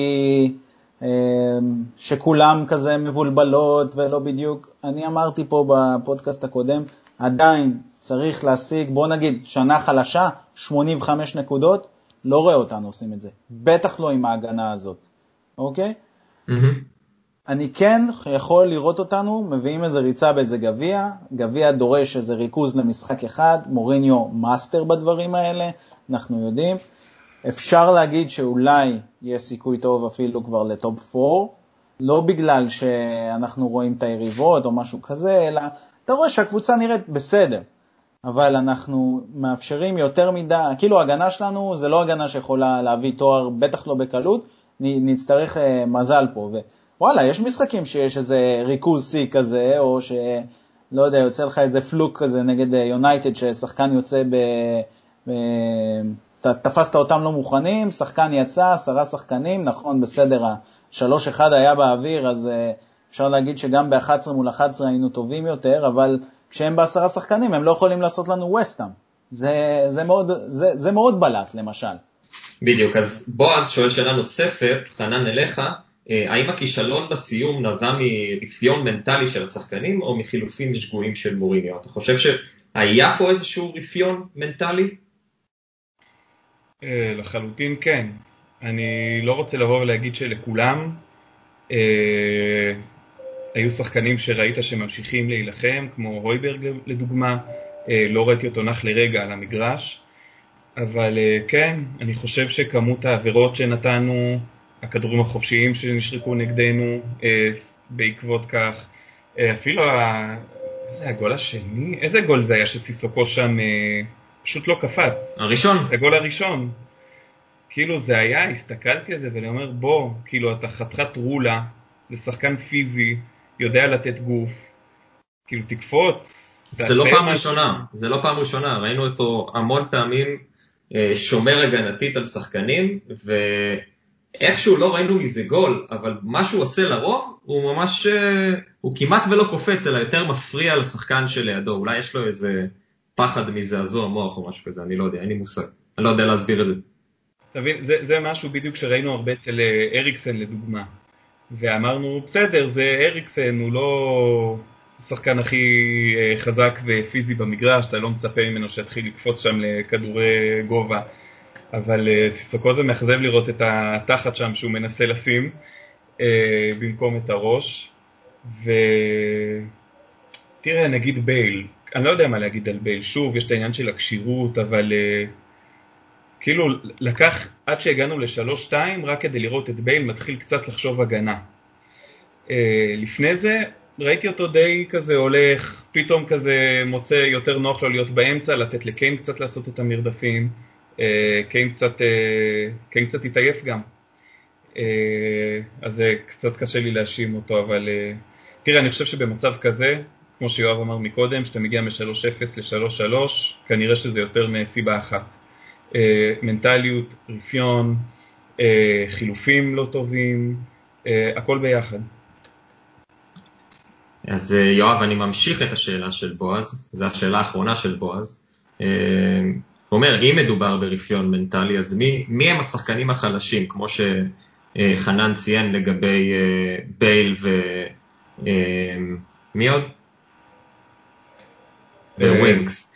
שכולם כזה מבולבלות ולא בדיוק. אני אמרתי פה בפודקאסט הקודם, עדיין צריך להשיג, בוא נגיד, שנה חלשה, שמונים וחמש נקודות, לא רואה אותנו עושים את זה. בטח לא עם ההגנה הזאת. אוקיי? Mm-hmm. אני כן יכול לראות אותנו, מביאים איזה ריצה באיזה גביע, גביע דורש איזה ריכוז למשחק אחד, מוריניו מאסטר בדברים האלה, אנחנו יודעים. אפשר להגיד שאולי יש סיכוי טוב אפילו כבר לטופ ארבע, לא בגלל שאנחנו רואים את היריבות או משהו כזה, אלא אתה רואה שהקבוצה נראית בסדר, אבל אנחנו מאפשרים יותר מדי, כאילו ההגנה שלנו זה לא הגנה שיכולה להביא תואר, בטח לא בקלות, נצטרך uh, מזל פה, ווואלה, יש משחקים שיש איזה ריכוז סי כזה, או שלא יודע, יוצא לך איזה פלוק כזה נגד יונייטד, ששחקן יוצא ב... ב... תפסת אותם לא מוכנים, שחקן יצא, עשרה שחקנים, נכון, בסדר, שלוש אחד היה באוויר, אז uh, אפשר להגיד שגם ב-אחת עשרה מול אחת עשרה היינו טובים יותר, אבל כשהם בעשרה שחקנים, הם לא יכולים לעשות לנו ווסטהאם. זה, זה מאוד, זה, זה מאוד בלט, למשל. בדיוק, אז בועז שואל שאלה נוספת, חנן אליך, האם הכישלון בסיום נבע מרפיון מנטלי של השחקנים, או מחילופים שגויים של מוריניו? אתה חושב היה פה איזשהו רפיון מנטלי? לחלוטין כן. אני לא רוצה לבוא ולהגיד שלכולם אה, היו שחקנים שראית שממשיכים להילחם, כמו הויברג לדוגמה, אה, לא ראיתי אותו נח לרגע על המגרש, אבל אה, כן, אני חושב שכמות העבירות שנתנו, הכדורים החופשיים שנשרקו נגדנו אה, בעקבות כך, אה, אפילו ה... איזה הגול השני? איזה גול זה היה שסיסוקו שם אה, פשוט לא קפץ? הראשון. הגול הראשון. כאילו זה היה, הסתכלתי על זה ואני אומר בוא, כאילו אתה חתיכת רולה, זה שחקן פיזי, יודע לתת גוף, כאילו תקפוץ. זה לא פעם ראשונה, זה לא פעם ראשונה, ראינו אותו המון פעמים שומר הגנתית על שחקנים, ואיכשהו לא ראינו מזה גול, אבל מה שהוא עושה לרוב, הוא ממש, הוא כמעט ולא קופץ, אלא יותר מפריע לשחקן שלידו, אולי יש לו איזה פחד מזעזוע מוח או משהו כזה, אני לא יודע, אין לי מושג, אני לא יודע להסביר את זה. תבין, זה, זה משהו בדיוק שראינו הרבה אצל אריקסן לדוגמה, ואמרנו בסדר, זה אריקסן, הוא לא השחקן הכי חזק ופיזי במגרש, אתה לא מצפה ממנו שיתחיל לקפוץ שם לכדורי גובה, אבל סיסוקו זה מאכזב לראות את התחת שם שהוא מנסה לשים במקום את הראש. ותראה, נגיד בייל, אני לא יודע מה להגיד על בייל, שוב יש את העניין של הקשירות, אבל כאילו לקח עד שהגענו ל-שלוש שתיים רק כדי לראות את בייל מתחיל קצת לחשוב הגנה. לפני זה ראיתי אותו די כזה הולך, פתאום כזה מוצא יותר נוח לו להיות באמצע, לתת לקיין קצת לעשות את המרדפים, קיין קצת, קיין קצת התעייף גם. אז זה קצת קשה לי להאשים אותו, אבל תראה, אני חושב שבמצב כזה, כמו שיואב אמר מקודם, שאתה מגיע מ-שלוש אפס ל-שלוש שלוש, כנראה שזה יותר מסיבה אחת. מנטליות, רפיון, חילופים לא טובים, הכל ביחד. אז יואב, אני ממשיך את השאלה של בועז, זו השאלה האחרונה של בועז. הוא אומר, אם מדובר ברפיון מנטלי, אז מי, מי הם השחקנים החלשים, כמו שחנן ציין לגבי בייל ומי עוד? ווינקס.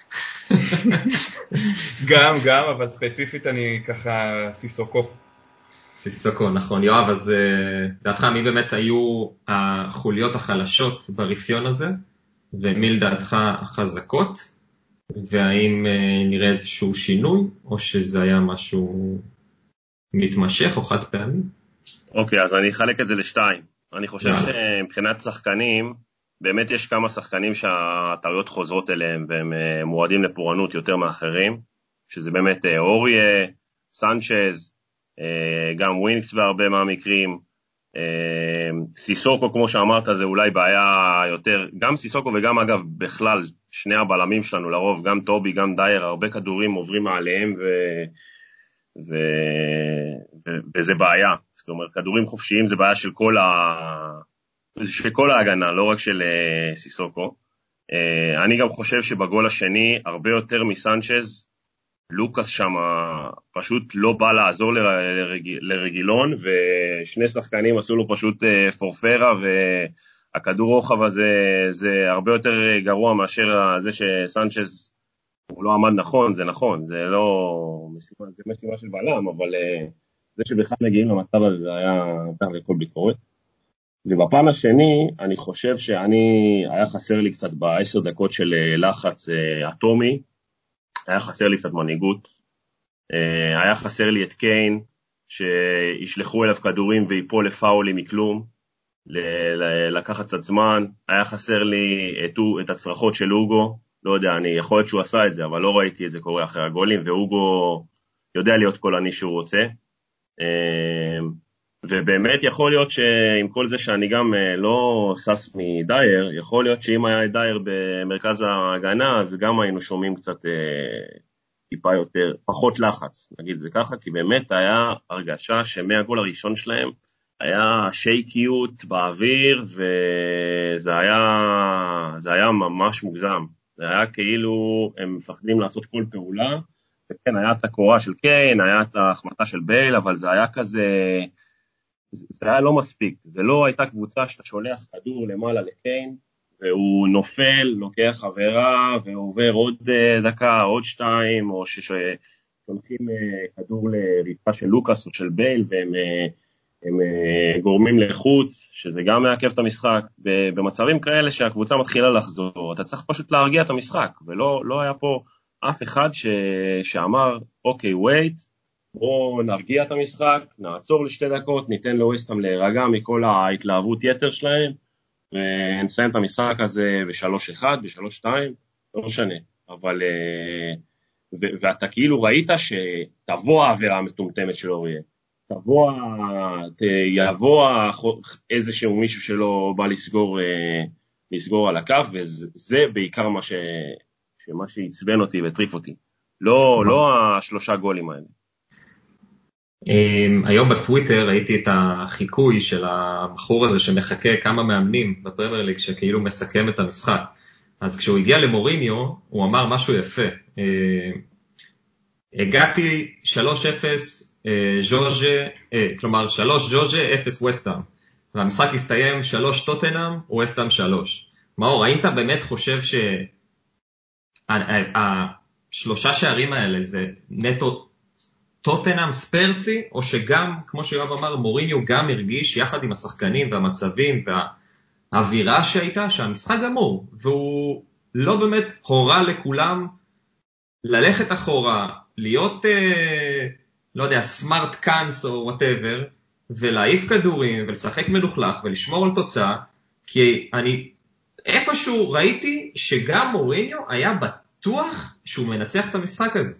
גם, גם, אבל ספציפית אני ככה סיסוקו. סיסוקו, נכון. יואב, אז דעתך, מי באמת היו החוליות החלשות ברפיון הזה, ומי לדעתך החזקות, והאם נראה איזשהו שינוי, או שזה היה משהו מתמשך או חד פעמי? אוקיי, אז אני אחלק את זה לשתיים. אני חושב שמבחינת שחקנים, באמת יש כמה שחקנים שהטעויות חוזרות אליהם, והם מועדים לפורענות יותר מאחרים, שזה באמת אוריה, סנצ'ז, גם ווינקס בהרבה מהמקרים, סיסוקו כמו שאמרת זה אולי בעיה יותר, גם סיסוקו וגם אגב בכלל שני הבלמים שלנו לרוב, גם טובי גם דייר, הרבה כדורים עוברים מעליהם ו... ו... ו... וזה בעיה, זאת אומרת כדורים חופשיים זה בעיה של כל, ה... של כל ההגנה, לא רק של סיסוקו. אני גם חושב שבגול השני הרבה יותר מסנצ'ז, לוקאס שם פשוט לא בא לעזור לרג... לרגילון, ושני שחקנים עשו לו פשוט פורפרה, והכדור רוחב הזה זה הרבה יותר גרוע מאשר זה שסנצ'ז הוא לא עמד נכון, זה נכון, זה לא משימה, זה משימה של בעלם, אבל זה שבכלל מגיעים למצב הזה זה היה נתן לכל ביקורת. ובפן השני אני חושב שאני, היה חסר לי קצת בעשר דקות של לחץ אטומי, היה חסר לי קצת מנהיגות, היה חסר לי את קיין, שישלחו אליו כדורים ויפול לפאולים מכלום, לקחת קצת זמן, היה חסר לי את, את הצרחות של אוגו, לא יודע, אני יכול להיות שהוא עשה את זה, אבל לא ראיתי את זה קורה אחרי הגולים, ואוגו יודע להיות קולני שהוא רוצה, ובאמת יכול להיות שעם כל זה שאני גם לא סס מדייר, יכול להיות שאם היה דייר במרכז ההגנה, אז גם היינו שומעים קצת טיפה יותר, פחות לחץ, נגיד זה ככה, כי באמת היה הרגשה שמהגול הראשון שלהם היה שייקיות באוויר, וזה היה, זה היה ממש מוגזם. זה היה כאילו הם מפחדים לעשות כל פעולה, וכן, היה את הקורה של קיין, היה את ההחמטה של בייל, אבל זה היה כזה, זה היה לא מספיק. זה לא הייתה קבוצה שאתה שולח כדור למעלה לקיין, והוא נופל, לוקח חברה, ועובר עוד דקה, עוד שתיים, או ששולחים כדור לריצה של לוקאס או של בייל, והם הם גורמים לחוץ, שזה גם מעכב את המשחק. במצבים כאלה שהקבוצה מתחילה לחזור, אתה צריך פשוט להרגיע את המשחק, ולא לא היה פה אף אחד ש, שאמר, אוקיי, wait, בואו נרגיע את המשחק, נעצור לשתי דקות, ניתן לווסטהאם להירגע מכל ההתלהבות יתר שלהם, ונסיים את המשחק הזה ב-שלוש אחד, ב-שלוש שתיים, לא משנה. אבל, ו- ואתה כאילו ראית שתבוא העבירה המטומטמת של אוריה, תבוא, יבוא איזשהו מישהו שלא בא לסגור, לסגור על הקו, וזה בעיקר מה ש... שמה שעצבן אותי וטריף אותי. לא, לא השלושה גולים האלה. היום בטוויטר ראיתי את החיקוי של הבחור הזה שמחכה כמה מאמנים בפרמייר ליג שכאילו מסכם את המשחק. אז כשהוא הגיע למוריניו, הוא אמר משהו יפה. הגעתי שלוש אפס ז'וז'ה, כלומר שלוש ז'וז'ה, אפס ווסטהאם. והמשחק הסתיים שלוש טוטנהאם, ווסטהאם שלוש. מאור, האם אתה באמת חושב שהשלושה שערים האלה זה נטו טוטנהאם ספרסי, או שגם, כמו שיואב אמר, מוריניו גם הרגיש יחד עם השחקנים והמצבים והאווירה שהייתה, שהמשחק גמור, והוא לא באמת הורה לכולם ללכת אחורה, להיות, אה, לא יודע, סמארט קאנץ או whatever, ולהעיף כדורים ולשחק מלוכלך ולשמור על תוצאה, כי אני איפשהו ראיתי שגם מוריניו היה בטוח שהוא מנצח את המשחק הזה.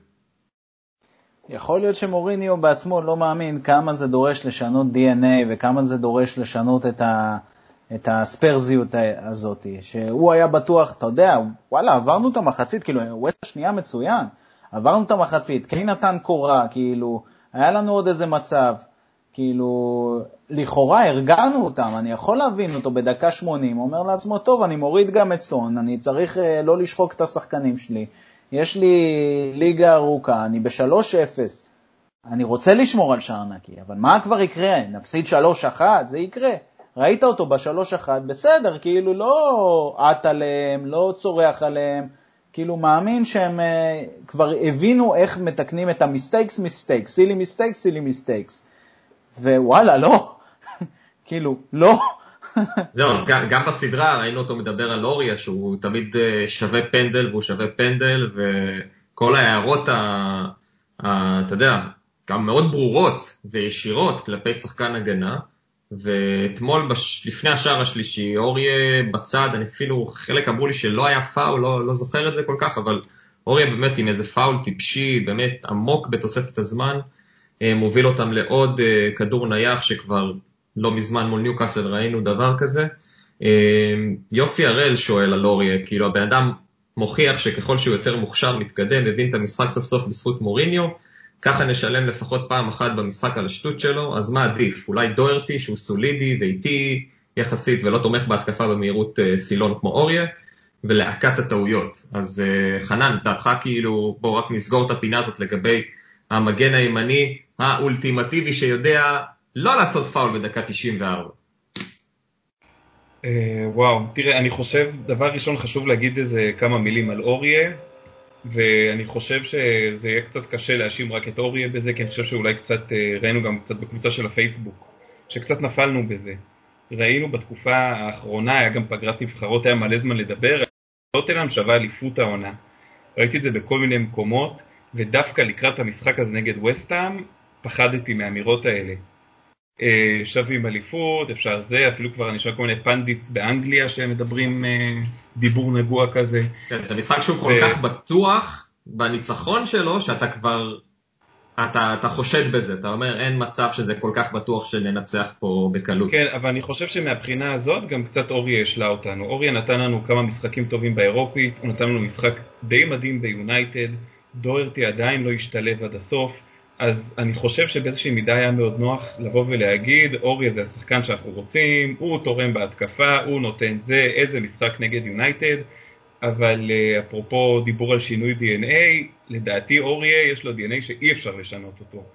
יכול להיות שמוריניו בעצמו לא מאמין כמה זה דורש לשנות די אן איי וכמה זה דורש לשנות את, ה, את הספרזיות הזאת, שהוא היה בטוח, אתה יודע, וואלה, עברנו את המחצית, כאילו, ווסט השנייה מצוין, עברנו את המחצית, כי נתן קורה, כאילו, היה לנו עוד איזה מצב, כאילו, לכאורה הרגענו אותם, אני יכול להבין אותו בדקה שמונים, אומר לעצמו, טוב, אני מוריד גם את סון, אני צריך לא לשחוק את השחקנים שלי, יש לי ליגה ארוכה, אני ב-שלוש אפס, אני רוצה לשמור על שער נקי, אבל מה כבר יקרה? נפסיד שלוש אחת, זה יקרה. ראית אותו ב-שלוש אחת, בסדר, כאילו לא עט עליהם, לא צורח עליהם, כאילו מאמין שהם uh, כבר הבינו איך מתקנים את המיסטייקס, מיסטייקס, סילי מיסטייקס, סילי מיסטייקס. ווואלה, לא, כאילו, לא. זהו, אז גם, גם בסדרה ראינו אותו מדבר על אוריה, שהוא תמיד שווה פנדל, והוא שווה פנדל, וכל ההערות, ה, ה, אתה יודע, גם מאוד ברורות וישירות כלפי שחקן הגנה, ואתמול בש, לפני השער השלישי, אוריה בצד, אני אפילו, חלק אמרו לי שלא היה פאול, לא, לא זוכר את זה כל כך, אבל אוריה באמת עם איזה פאול טיפשי, באמת עמוק בתוספת הזמן, מוביל אותם לעוד כדור נייח שכבר לא מזמן מול ניוקאסל ראינו דבר כזה. יוסי הראל שואל על אוריה, כאילו הבן אדם מוכיח שככל שהוא יותר מוכשר מתקדם, הבין את המשחק סוף סוף בזכות מוריניו, ככה נשלם לפחות פעם אחת במשחק על השטות שלו, אז מה עדיף? אולי דוירטי שהוא סולידי ואיטי יחסית ולא תומך בהתקפה במהירות סילון כמו אוריה, ולהקת הטעויות. אז חנן, דעתך כאילו, בוא רק נסגור את הפינה הזאת לגבי המגן הימני האולטימטיבי שיודע לא לעשות פאול בדקה תשעים וארבע. וואו, תראה, אני חושב, דבר ראשון חשוב להגיד איזה כמה מילים על אוריה, ואני חושב שזה יהיה קצת קשה להאשים רק את אוריה בזה, כי אני חושב שאולי קצת, ראינו גם קצת בקבוצה של הפייסבוק, שקצת נפלנו בזה. ראינו בתקופה האחרונה, היה גם פגרת נבחרות, היה מלא זמן לדבר, טוטנהאם שווה אליפות העונה. ראיתי את זה בכל מיני מקומות, ודווקא לקראת המשחק הזה נגד ווסטהאם, פחדתי מהאמירות האלה. שווים אליפות, אפשר זה, אפילו כבר אני שומע כל מיני פנדיטס באנגליה שהם מדברים דיבור נגוע כזה. כן, זה משחק שהוא כל כך בטוח בניצחון שלו, שאתה כבר, אתה, אתה חושד בזה, אתה אומר אין מצב שזה כל כך בטוח שננצח פה בקלות. כן, אבל אני חושב שמהבחינה הזאת גם קצת אוריה השלה אותנו. אוריה נתן לנו כמה משחקים טובים באירופית, הוא נתן לנו משחק די מדהים ביונייטד, דוירטי עדיין לא השתלב עד הסוף, אז אני חושב שבאיזושהי מידה היה מאוד נוח לבוא ולהגיד, אוריה זה השחקן שאנחנו רוצים, הוא תורם בהתקפה, הוא נותן זה, איזה משחק נגד יונייטד, אבל אפרופו דיבור על שינוי די אן איי, לדעתי אוריה יש לו די אן איי שאי אפשר לשנות אותו.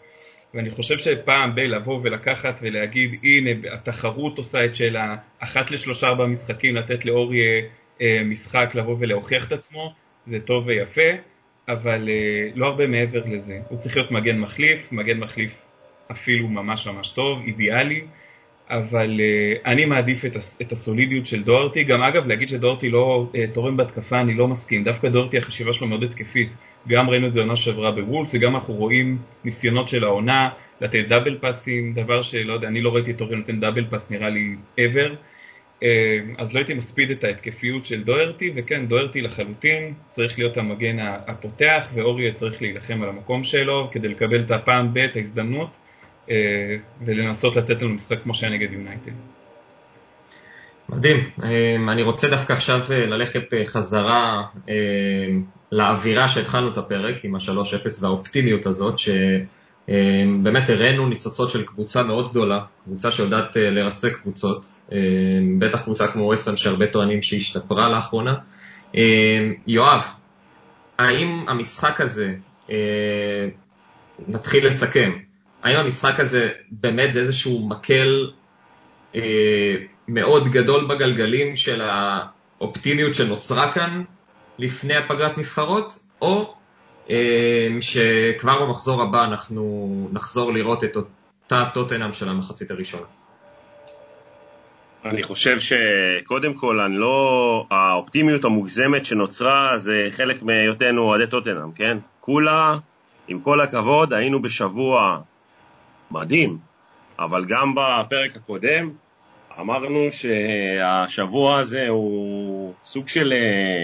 ואני חושב שפעם בי לבוא ולקחת ולהגיד, הנה, התחרות עושה את שלה, אחת לשלושה ארבע משחקים, לתת לאורי משחק לבוא ולהוכיח את עצמו, זה טוב ויפה, אבל לא הרבה מעבר לזה. הוא צריך להיות מגן מחליף, מגן מחליף אפילו ממש ממש טוב, אידיאלי, אבל uh, אני מעדיף את, את הסולידיות של דוארטי. גם אגב, להגיד שדוארטי לא uh, תורם בהתקפה, אני לא מסכים. דווקא דוארטי החשיבה שלו מאוד התקפית. גם ראינו את זה עונה שעברה בוולף, וגם אנחנו רואים ניסיונות של העונה, לתת דאבל פאסים, דבר שלא יודע, אני לא ראיתי את אורי נותן דאבל פאס, נראה לי ever. Uh, אז לא הייתי מספיד את ההתקפיות של דוארטי, וכן, דוארטי לחלוטין צריך להיות המגן הפותח, ואורי צריך להילחם על המקום שלו, כדי לקבל את הפעם ב' ההזדמנות, ולנסות לתת לנו משחק כמו שהיה נגד יונייטד. מדהים. אני רוצה דווקא עכשיו ללכת חזרה לאווירה שהתחלנו את הפרק עם ה-שלוש אפס והאופטימיות הזאת, שבאמת הראינו ניצוצות של קבוצה מאוד גדולה, קבוצה שיודעת לרסק קבוצות, בטח קבוצה כמו ווסטהאם שהרבה טוענים שהשתפרה לאחרונה. יואב, האם המשחק הזה, נתחיל לסכם, האם המשחק הזה באמת זה איזשהו מקל אה, מאוד גדול בגלגלים של האופטימיות שנוצרה כאן לפני הפגרת נבחרות, או אה, שכבר במחזור הבא אנחנו נחזור לראות את אותה טוטנהאם של המחצית הראשונה? אני חושב שקודם כל אני לא, האופטימיות המוגזמת שנוצרה זה חלק מהיותנו אוהדי טוטנהאם, כן? כולה, עם כל הכבוד, היינו בשבוע מדהים, אבל גם בפרק הקודם אמרנו שהשבוע הזה הוא סוג של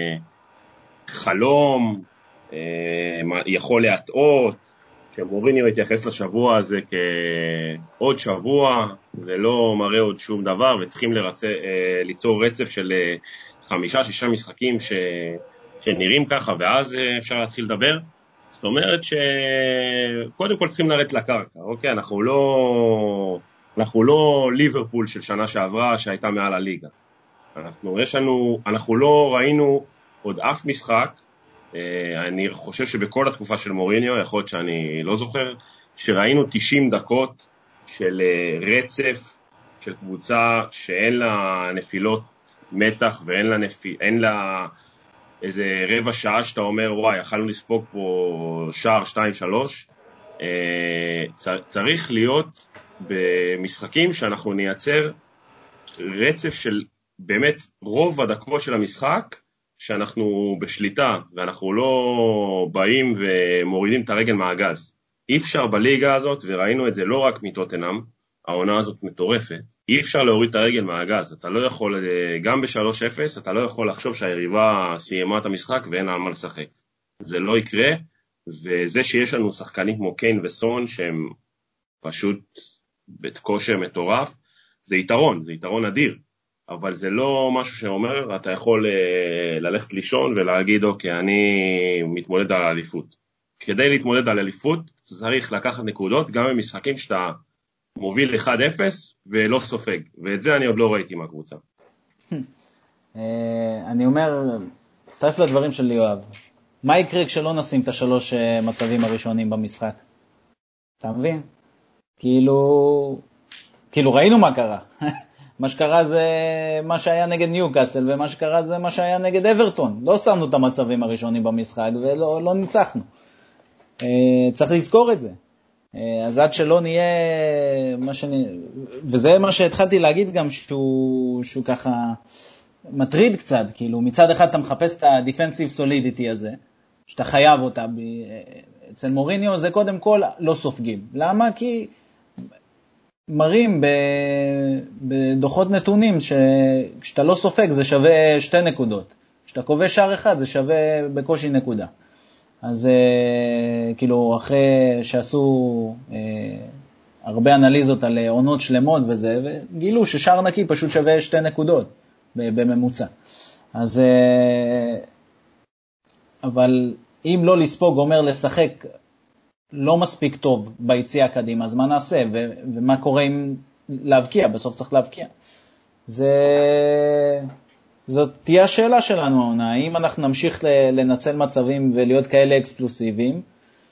חלום, יכול להטעות, שמוריניו התייחס לשבוע הזה כעוד שבוע, זה לא מראה עוד שום דבר, וצריכים לרצ... ליצור רצף של חמישה, שישה משחקים ש... שנראים ככה, ואז אפשר להתחיל לדבר. זאת אומרת שקודם כל צריכים לרדת לקרקע, אוקיי? אנחנו לא, אנחנו לא ליברפול של שנה שעברה שהייתה מעל הליגה. אנחנו, יש לנו, אנחנו לא ראינו עוד אף משחק, אני חושב שבכל התקופה של מוריניו, יכול להיות שאני לא זוכר, שראינו תשעים דקות של רצף של קבוצה שאין לה נפילות מתח ואין לה, נפיל, אין לה איזה רבע שעה שאתה אומר, וואי, יכלנו לספוג פה שער שתיים שלוש. צריך להיות במשחקים שאנחנו נייצר רצף של באמת רוב הדקות של המשחק, שאנחנו בשליטה, ואנחנו לא באים ומורידים את הרגל מהגז. אי אפשר בליגה הזאת, וראינו את זה לא רק מטוטנהאם, העונה הזאת מטורפת, אי אפשר להוריד את הרגל מהגז. אתה לא יכול, גם ב-שלוש אפס, אתה לא יכול לחשוב שהיריבה סיימה את המשחק ואין על מה לשחק. זה לא יקרה, וזה שיש לנו שחקנים כמו קיין וסון, שהם פשוט בכושר מטורף, זה יתרון, זה יתרון אדיר. אבל זה לא משהו שאומר, אתה יכול ללכת לישון ולהגיד, אוקיי, אני מתמודד על האליפות. כדי להתמודד על האליפות, צריך לקחת נקודות, גם במשחקים שאתה מוביל אחד אפס ולא סופג. ואת זה אני עוד לא ראיתי מהקבוצה. אני אומר, מצטרף לדברים של יואב. מה יקרה כשלא נשים את השלוש מצבים הראשונים במשחק? אתה מבין? כאילו, כאילו ראינו מה קרה. מה שקרה זה מה שהיה נגד ניוקאסל, ומה שקרה זה מה שהיה נגד אברטון. לא שמנו את המצבים הראשונים במשחק, ולא לא ניצחנו. צריך לזכור את זה. אז עד שלא נהיה, מה שאני, וזה מה שהתחלתי להגיד גם, שהוא, שהוא ככה מטריד קצת, כאילו מצד אחד אתה מחפש את ה-defensive solidity הזה, שאתה חייב אותה, אצל מוריניו זה קודם כל לא סופגים. למה? כי מראים בדוחות נתונים שכשאתה לא סופג זה שווה שתי נקודות, כשאתה קובע שער אחד זה שווה בקושי נקודה. אז כאילו אחרי שעשו הרבה אנליזות על עונות שלמות וזה, וגילו ששער נקי פשוט שווה שתי נקודות בממוצע. אז אבל אם לא לספוג אומר לשחק לא מספיק טוב ביציאה קדימה, אז מה נעשה? ו- ומה קורה אם להבקיע? בסוף צריך להבקיע. זה... זאת תהיה השאלה שלנו, האם אנחנו נמשיך לנצל מצבים ולהיות כאלה אקספלוסיביים,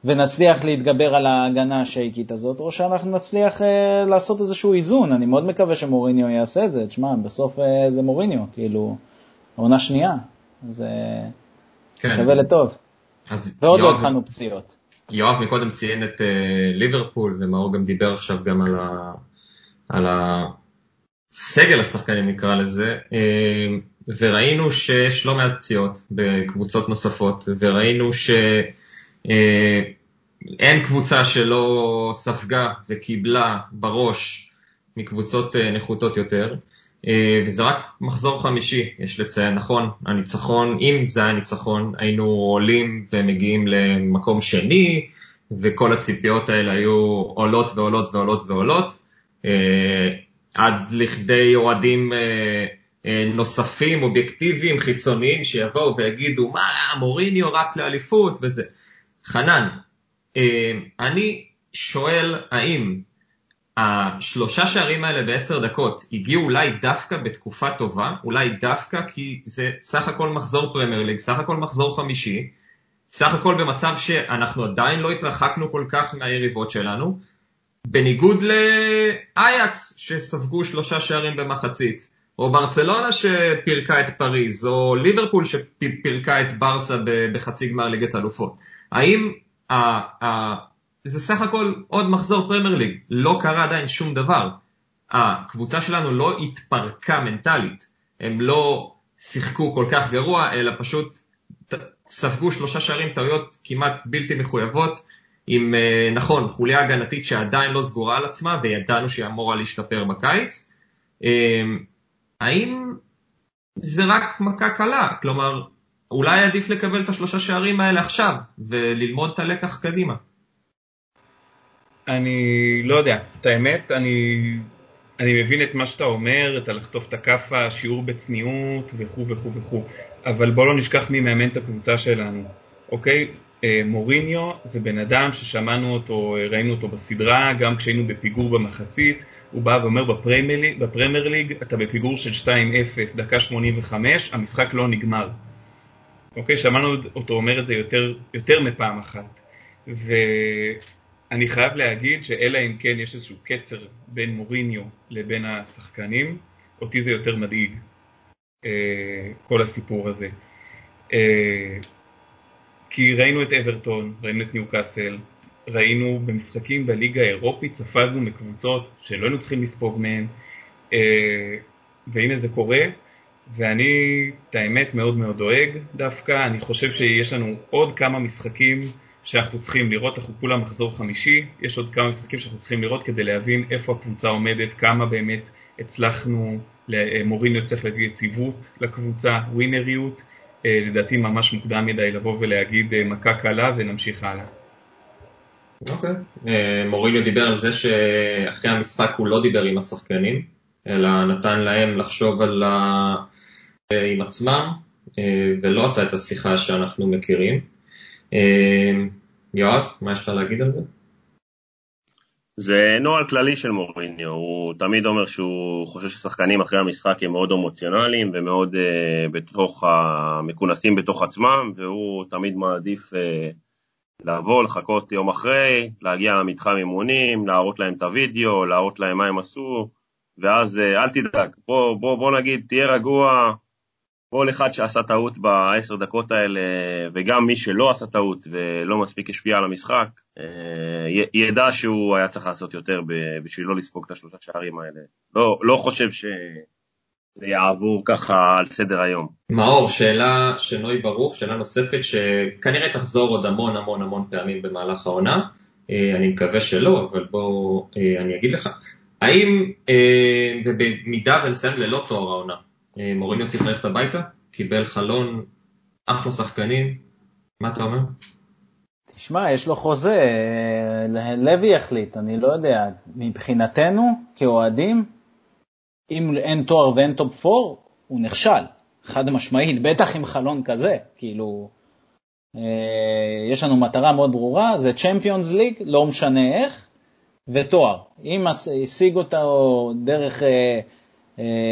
ונצליח להתגבר על ההגנה השייקית הזאת, או שאנחנו נצליח אה, לעשות איזשהו איזון. אני מאוד מקווה שמוריניו יעשה את זה. תשמע, בסוף אה, זה מוריניו, כאילו, עונה שנייה. זה כן. מקווה לטוב. ועוד לא התחלנו פציעות. יואב מקודם ציין את uh, ליברפול, ומאור גם דיבר עכשיו גם על, ה, על הסגל השחקנים נקרא לזה, uh, וראינו שיש לא מעט פציעות בקבוצות נוספות, וראינו שאין uh, קבוצה שלא ספגה וקיבלה בראש מקבוצות uh, נחותות יותר, uh, וזה רק מחזור חמישי, יש לציין, נכון, הניצחון, אם זה היה ניצחון, היינו עולים ומגיעים למקום שני, וכל הציפיות האלה היו עולות ועולות ועולות ועולות, uh, עד לכדי אוהדים uh, uh, נוספים, אובייקטיביים, חיצוניים, שיבואו ויגידו, מה, מוריניו רץ לאליפות וזה. חנן, uh, אני שואל, האם השלושה שערים האלה בעשר דקות הגיעו אולי דווקא בתקופה טובה, אולי דווקא כי זה סך הכל מחזור פרמייר ליג, סך הכל מחזור חמישי, סך הכל במצב שאנחנו עדיין לא התרחקנו כל כך מהיריבות שלנו, בניגוד לאייקס שספגו שלושה שערים במחצית, או ברצלונה שפירקה את פריז, או ליברפול שפירקה את ברסה בחצי גמר ליגת אלופות. האם ה... ה זה סך הכל עוד מחזור פרמייר ליג, לא קרה עדיין שום דבר. הקבוצה שלנו לא התפרקה מנטלית, הם לא שיחקו כל כך גרוע, אלא פשוט ספגו שלושה שערים, טעויות כמעט בלתי מחויבות, עם נכון, חוליה הגנתית שעדיין לא סגורה על עצמה, וידענו שהיא אמורה להשתפר בקיץ. האם זה רק מכה קלה? כלומר, אולי עדיף לקבל את השלושה שערים האלה עכשיו, וללמוד את הלקח קדימה. אני לא יודע, את האמת, אני, אני מבין את מה שאתה אומר, אתה לחטוף את הכפה, שיעור בצניעות וכו' וכו' וכו', אבל בוא לא נשכח מי מאמן את הקבוצה שלנו, אוקיי? מוריניו זה בן אדם ששמענו אותו, ראינו אותו בסדרה, גם כשהיינו בפיגור במחצית, הוא בא ואומר בפרמייר ליג, בפרמייר ליג אתה בפיגור של שתיים אפס, דקה שמונים וחמש, המשחק לא נגמר. אוקיי, שמענו אותו אומר את זה יותר, יותר מפעם אחת, ו... אני חייב להגיד שאלה אם כן יש איזשהו קצר בין מוריניו לבין השחקנים, אותי זה יותר מדאיג, כל הסיפור הזה. כי ראינו את אברטון, ראינו את ניוקאסל, ראינו במשחקים בליגה האירופית, ספגנו מקבוצות שלא היינו צריכים לספוג מהן, והנה זה קורה, ואני את האמת מאוד מאוד דואג דווקא, אני חושב שיש לנו עוד כמה משחקים, שאנחנו צריכים לראות, אנחנו כולה מחזור חמישי, יש עוד כמה משחקים שאנחנו צריכים לראות כדי להבין איפה הקבוצה עומדת, כמה באמת הצלחנו, מוריניו צריך להביא יציבות לקבוצה, ווינריות, לדעתי ממש מוקדם מדי לבוא ולהגיד מכה קלה ונמשיך הלאה. אוקיי, מוריניו דיבר על זה שאחרי המשחק הוא לא דיבר עם השחקנים, אלא נתן להם לחשוב על ה... עם עצמם, ולא עשה את השיחה שאנחנו מכירים. יואב, מה יש לך להגיד על זה? זה נוהל כללי של מוריניו, הוא תמיד אומר שהוא חושב ששחקנים אחרי המשחק הם מאוד אמוציונליים ומאוד uh, בתוך המכונסים בתוך עצמם, והוא תמיד מעדיף uh, לעבור, לחכות יום אחרי, להגיע למתחם אימונים, להראות להם את הוידאו, להראות להם מה הם עשו, ואז uh, אל תדאג, בוא, בוא, בוא נגיד, תהיה רגוע, כל אחד שעשה טעות בעשר דקות האלה, וגם מי שלא עשה טעות ולא מספיק השפיע על המשחק, ידע שהוא היה צריך לעשות יותר בשביל לא לספוג את השלושה שערים האלה. לא, לא חושב שזה יעבור ככה על סדר היום. מאור, שאלה שנוי ברוך, שאלה נוספת שכנראה תחזור עוד המון המון המון פעמים במהלך העונה, אני מקווה שלא, אבל בוא אני אגיד לך. האם במידה ונסיים ללא תואר העונה, מוריניו צריך ללכת הביתה? קיבל חלון, אחלה שחקנים, מה אתה אומר? תשמע, יש לו חוזה, לוי יחליט, אני לא יודע, מבחינתנו, כאוהדים, אם אין תואר ואין טופ פור, הוא נכשל, חד משמעית, בטח עם חלון כזה, כאילו, יש לנו מטרה מאוד ברורה, זה צ'מפיונס ליג, לא משנה איך, ותואר. אם השיג אותה דרך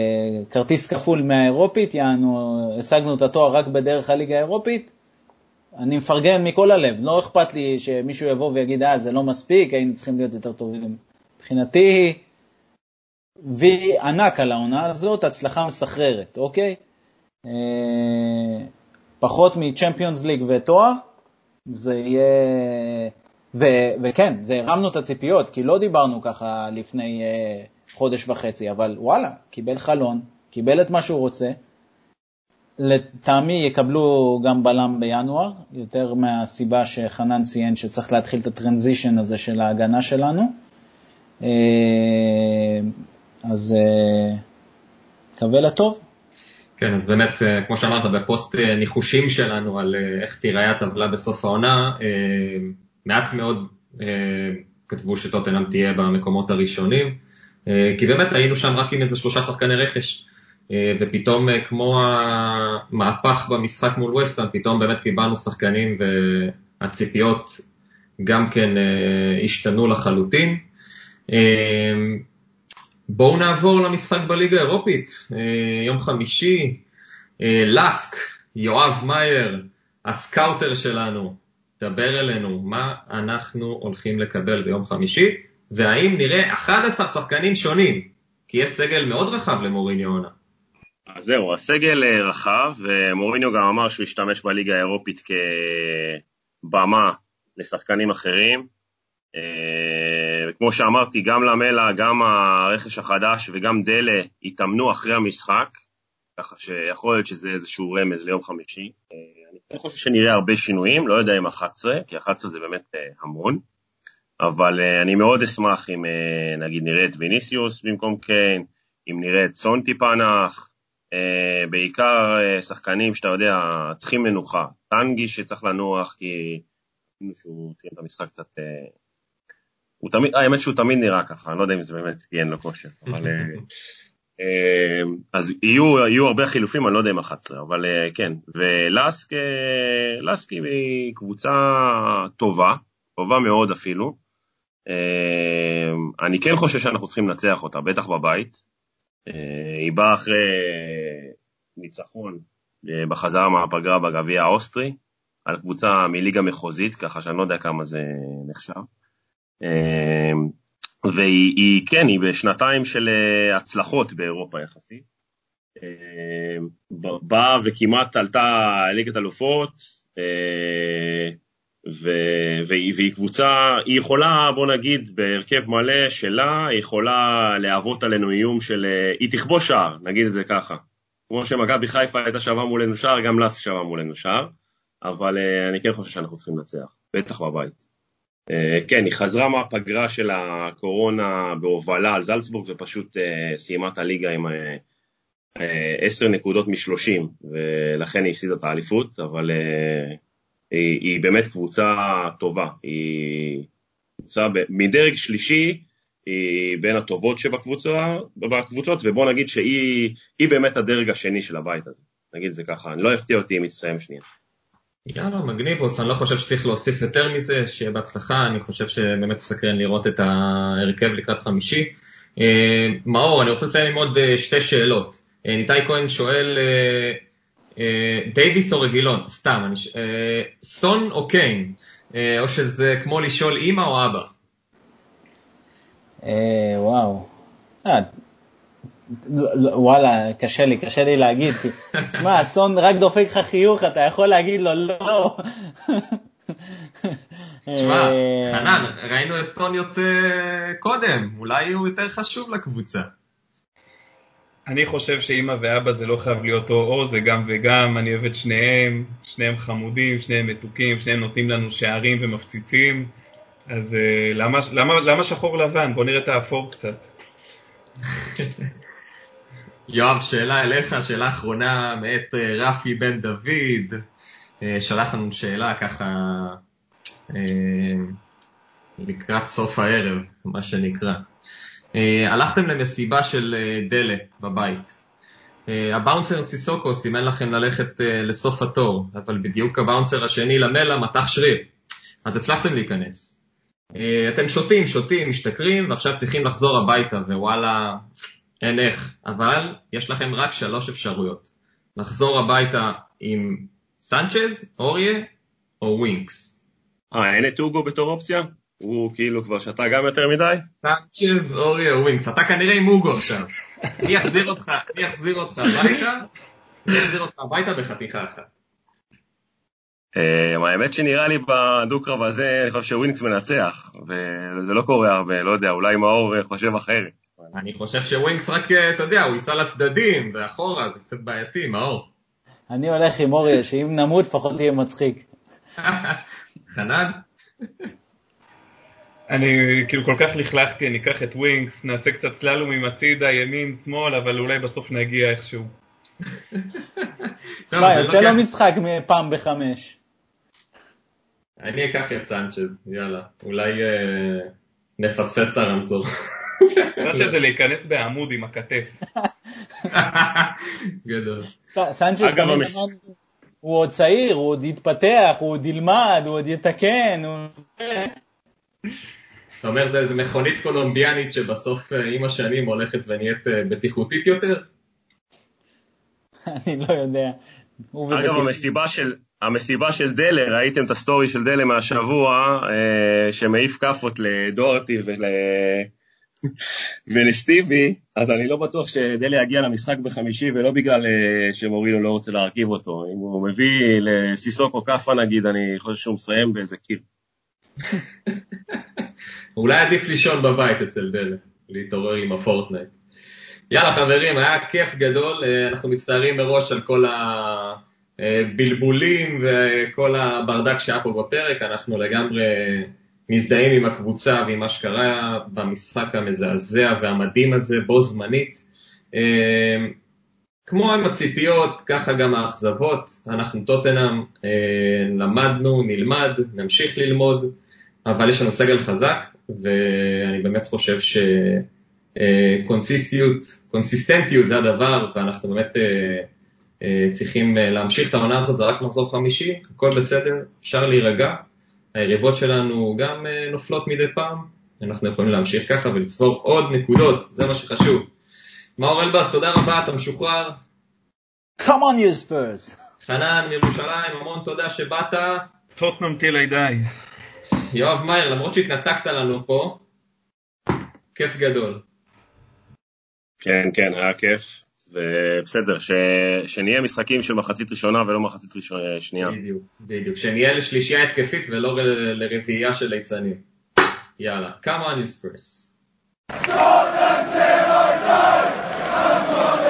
כרטיס כפול מהאירופית, יענו, השגנו את התואר רק בדרך הליגה האירופית, אני מפרגן מכל הלב, לא אכפת לי שמישהו יבוא ויגיד, אה, זה לא מספיק, היינו צריכים להיות יותר טובים. מבחינתי, וי ענק על העונה הזאת, הצלחה מסחררת, אוקיי? פחות מצ'מפיונס ליג ותואר, זה יהיה, ו, וכן, זה הרמנו את הציפיות, כי לא דיברנו ככה לפני חודש וחצי, אבל וואלה, קיבל חלון, קיבל את מה שהוא רוצה, לטעמי יקבלו גם בלם בינואר, יותר מהסיבה שחנן ציין שצריך להתחיל את הטרנזישן הזה של ההגנה שלנו, אז קבל הטוב. כן, אז באמת, כמו שאמרת, בפוסט ניחושים שלנו על איך תיראה הטבלה בסוף העונה, מעט מאוד כתבו שטוטנהאם תהיה במקומות הראשונים, כי באמת היינו שם רק עם איזה שלושה שחקני רכש, ופתאום כמו המהפך במשחק מול ווסטהאם, פתאום באמת קיבלנו שחקנים והציפיות גם כן השתנו לחלוטין. בואו נעבור למשחק בליגה האירופית, יום חמישי, לסק, יואב מאייר, הסקאוטר שלנו, דבר אלינו, מה אנחנו הולכים לקבל ביום חמישי, והאם נראה אחד עשר שחקנים שונים, כי יש סגל מאוד רחב למוריניו עונה. אז זהו, הסגל רחב, ומוריניו גם אמר שהוא ישתמש בליגה האירופית כבמה לשחקנים אחרים, וכמו שאמרתי, גם למלה, גם הרכש החדש וגם דלה התאמנו אחרי המשחק, ככה שיכול להיות שזה איזשהו רמז ליום חמישי. אני חושב שנראה הרבה שינויים, לא יודע אם אחת עשרה, כי אחת עשרה זה באמת המון, אבל אני מאוד אשמח אם נגיד נראה את ויניסיוס במקום קיין, אם נראה את סון טיפה נח, בעיקר שחקנים שאתה יודע צריכים מנוחה, טנגי שצריך לנוח כי שהוא סיים את המשחק קצת, הוא תמיד, האמת שהוא תמיד נראה ככה, אני לא יודע אם זה באמת תהיה לו כושר, אבל אז יהיו, יהיו הרבה חילופים, אני לא יודע אם אחת עשרה, אבל כן, ולסק, לסק היא קבוצה טובה, טובה מאוד אפילו, אני כן חושב שאנחנו צריכים לנצח אותה, בטח בבית, היא באה אחרי ניצחון בחזרה מהפגרה בגביע האוסטרי, על קבוצה מליגה מחוזית, ככה שאני לא יודע כמה זה נחשב, והיא כן, היא בשנתיים של הצלחות באירופה יחסית, באה וכמעט עלתה ליגת אלופות, והיא קבוצה, היא יכולה, בוא נגיד, בהרכב מלא שלה, היא יכולה להוות עלינו איום של, היא תכבוש שער, נגיד את זה ככה. כמו שמכבי חיפה הייתה שווה מולנו שער, גם לס שווה מולנו שער, אבל אני כן חושב שאנחנו צריכים לנצח, בטח בבית. כן, היא חזרה מהפגרה של הקורונה בהובלה על זלצבורג, ופשוט סיימה את הליגה עם עשר נקודות משלושים, ולכן היא הפסידה את האליפות, אבל היא, היא באמת קבוצה טובה, היא קבוצה מדרג שלישי, היא בין הטובות שבקבוצות, ובוא נגיד שהיא באמת הדרג השני של הבית הזה, נגיד זה ככה, אני לא אפתיע אותי אם היא תסיים שנייה. יאללה, מגניב, אז אני לא חושב שצריך להוסיף יותר מזה, שיהיה בהצלחה, אני חושב שבאמת סקרן לראות את ההרכב לקראת חמישי. מאור, אני רוצה לסיים עם עוד שתי שאלות. ניתאי כהן שואל, דייביס או רגילון? סתם, אני, סון או קיין? או שזה כמו לשאול אמא או אבא? וואו. וואלה, קשה לי, קשה לי להגיד, כי, תשמע, סון רק דופק לך חיוך, אתה יכול להגיד לו, לא. תשמע, חנן, ראינו את סון יוצא קודם, אולי הוא יותר חשוב לקבוצה. אני חושב שאמא ואבא זה לא חייב להיות או, זה גם וגם, אני אוהב את שניהם, שניהם חמודים, שניהם מתוקים, שניהם נותנים לנו שערים ומפציצים, אז למה, למה, למה שחור לבן? בוא נראה את האפור קצת. יואב, שאלה אליך, שאלה אחרונה מאת רפי בן דוד, שלח לנו שאלה ככה לקראת סוף הערב, מה שנקרא. הלכתם למסיבה של דלה בבית. הבאונסר סיסוקו סימן לכם ללכת לסוף התור, אבל בדיוק הבאונסר השני למלה מתח שריר, אז הצלחתם להיכנס. אתם שותים, שותים, משתכרים, ועכשיו צריכים לחזור הביתה, ווואלה, אין איך, אבל יש לכם רק שלוש אפשרויות. לחזור הביתה עם סנצ'ז, אוריה, או ווינקס? אה, אין את אוגו בתור אופציה? הוא כאילו כבר שתה גם יותר מדי? סנצ'ז, אורי או ווינקס. אתה כנראה עם אוגו עכשיו. אני אחזיר אותך, אני אחזיר אותך הביתה, אני אחזיר אותך הביתה בחתיכה אחת. האמת שנראה לי בדו-קרב הזה, אני חושב שווינקס מנצח, וזה לא קורה הרבה, לא יודע, אולי מאור חושב אחרת. אני חושב שווינקס רק, אתה יודע, הוא ייסע לצדדים, ואחורה, זה קצת בעייתי, מאור. אני הולך עם אוריה, שאם נמות, לפחות יהיה מצחיק. חנן? אני כאילו כל כך לכלכתי, אני אקח את ווינקס, נעשה קצת סללום עם הצידה, ימין, שמאל, אבל אולי בסוף נגיע איכשהו. תשמע, יוצא לו משחק מפעם בחמש. אני אקח את סנצ'ז, יאללה, אולי נפספס את הרמזור. סנצ'ז זה להיכנס בעמוד עם הכתף. גדול. סנצ'ז הוא עוד צעיר, הוא עוד יתפתח, הוא עוד ילמד, הוא עוד יתקן. אתה אומר, זה מכונית קולומביאנית שבסוף עם השנים הולכת ונהיית בטיחותית יותר? אני לא יודע. אגב, המסיבה של... המסיבה של דלה, ראיתם את הסטורי של דלה מהשבוע, אה, שמעיף כפות לדורטי ול... ולסטיבי, אז אני לא בטוח שדלה יגיע למשחק בחמישי, ולא בגלל אה, שמורינו לא רוצה להרכיב אותו. אם הוא מביא לסיסוקו כפה נגיד, אני חושב שהוא מסיים באיזה קיר. אולי עדיף לישון בבית אצל דלה, להתעורר עם הפורטנייט. יאללה חברים, היה כיף גדול, אנחנו מצטערים מראש על כל ה... בלבולים וכל הברדק שהיה פה בפרק, אנחנו לגמרי מזדהים עם הקבוצה ועם מה שקרה במשחק המזעזע והמדהים הזה בו זמנית. כמו עם הציפיות, ככה גם האכזבות, אנחנו טוטנהאם למדנו, נלמד, נמשיך ללמוד, אבל יש לנו סגל חזק, ואני באמת חושב שקונסיסטיות, קונסיסטנטיות זה הדבר, ואנחנו באמת צריכים להמשיך את העונה הזאת, זה רק מחזור חמישי, הכל בסדר, אפשר להירגע, היריבות שלנו גם נופלות מדי פעם, אנחנו יכולים להמשיך ככה ולצבור עוד נקודות, זה מה שחשוב. מאור אלבאס, תודה רבה, אתה משוחרר. Come on you Spurs. חנן מירושלים, המון תודה שבאת. טוטנהאם till I die. יואב מאיר, למרות שהתנתקת לנו פה, כיף גדול. כן, כן, היה כיף. ובסדר, ש... שנהיה משחקים של מחצית ראשונה ולא מחצית ראשונה, שנייה. בדיוק, בדיוק. שנהיה לשלישייה התקפית ולא ל... לרביעייה של ליצנים. יאללה, come on you Spurs.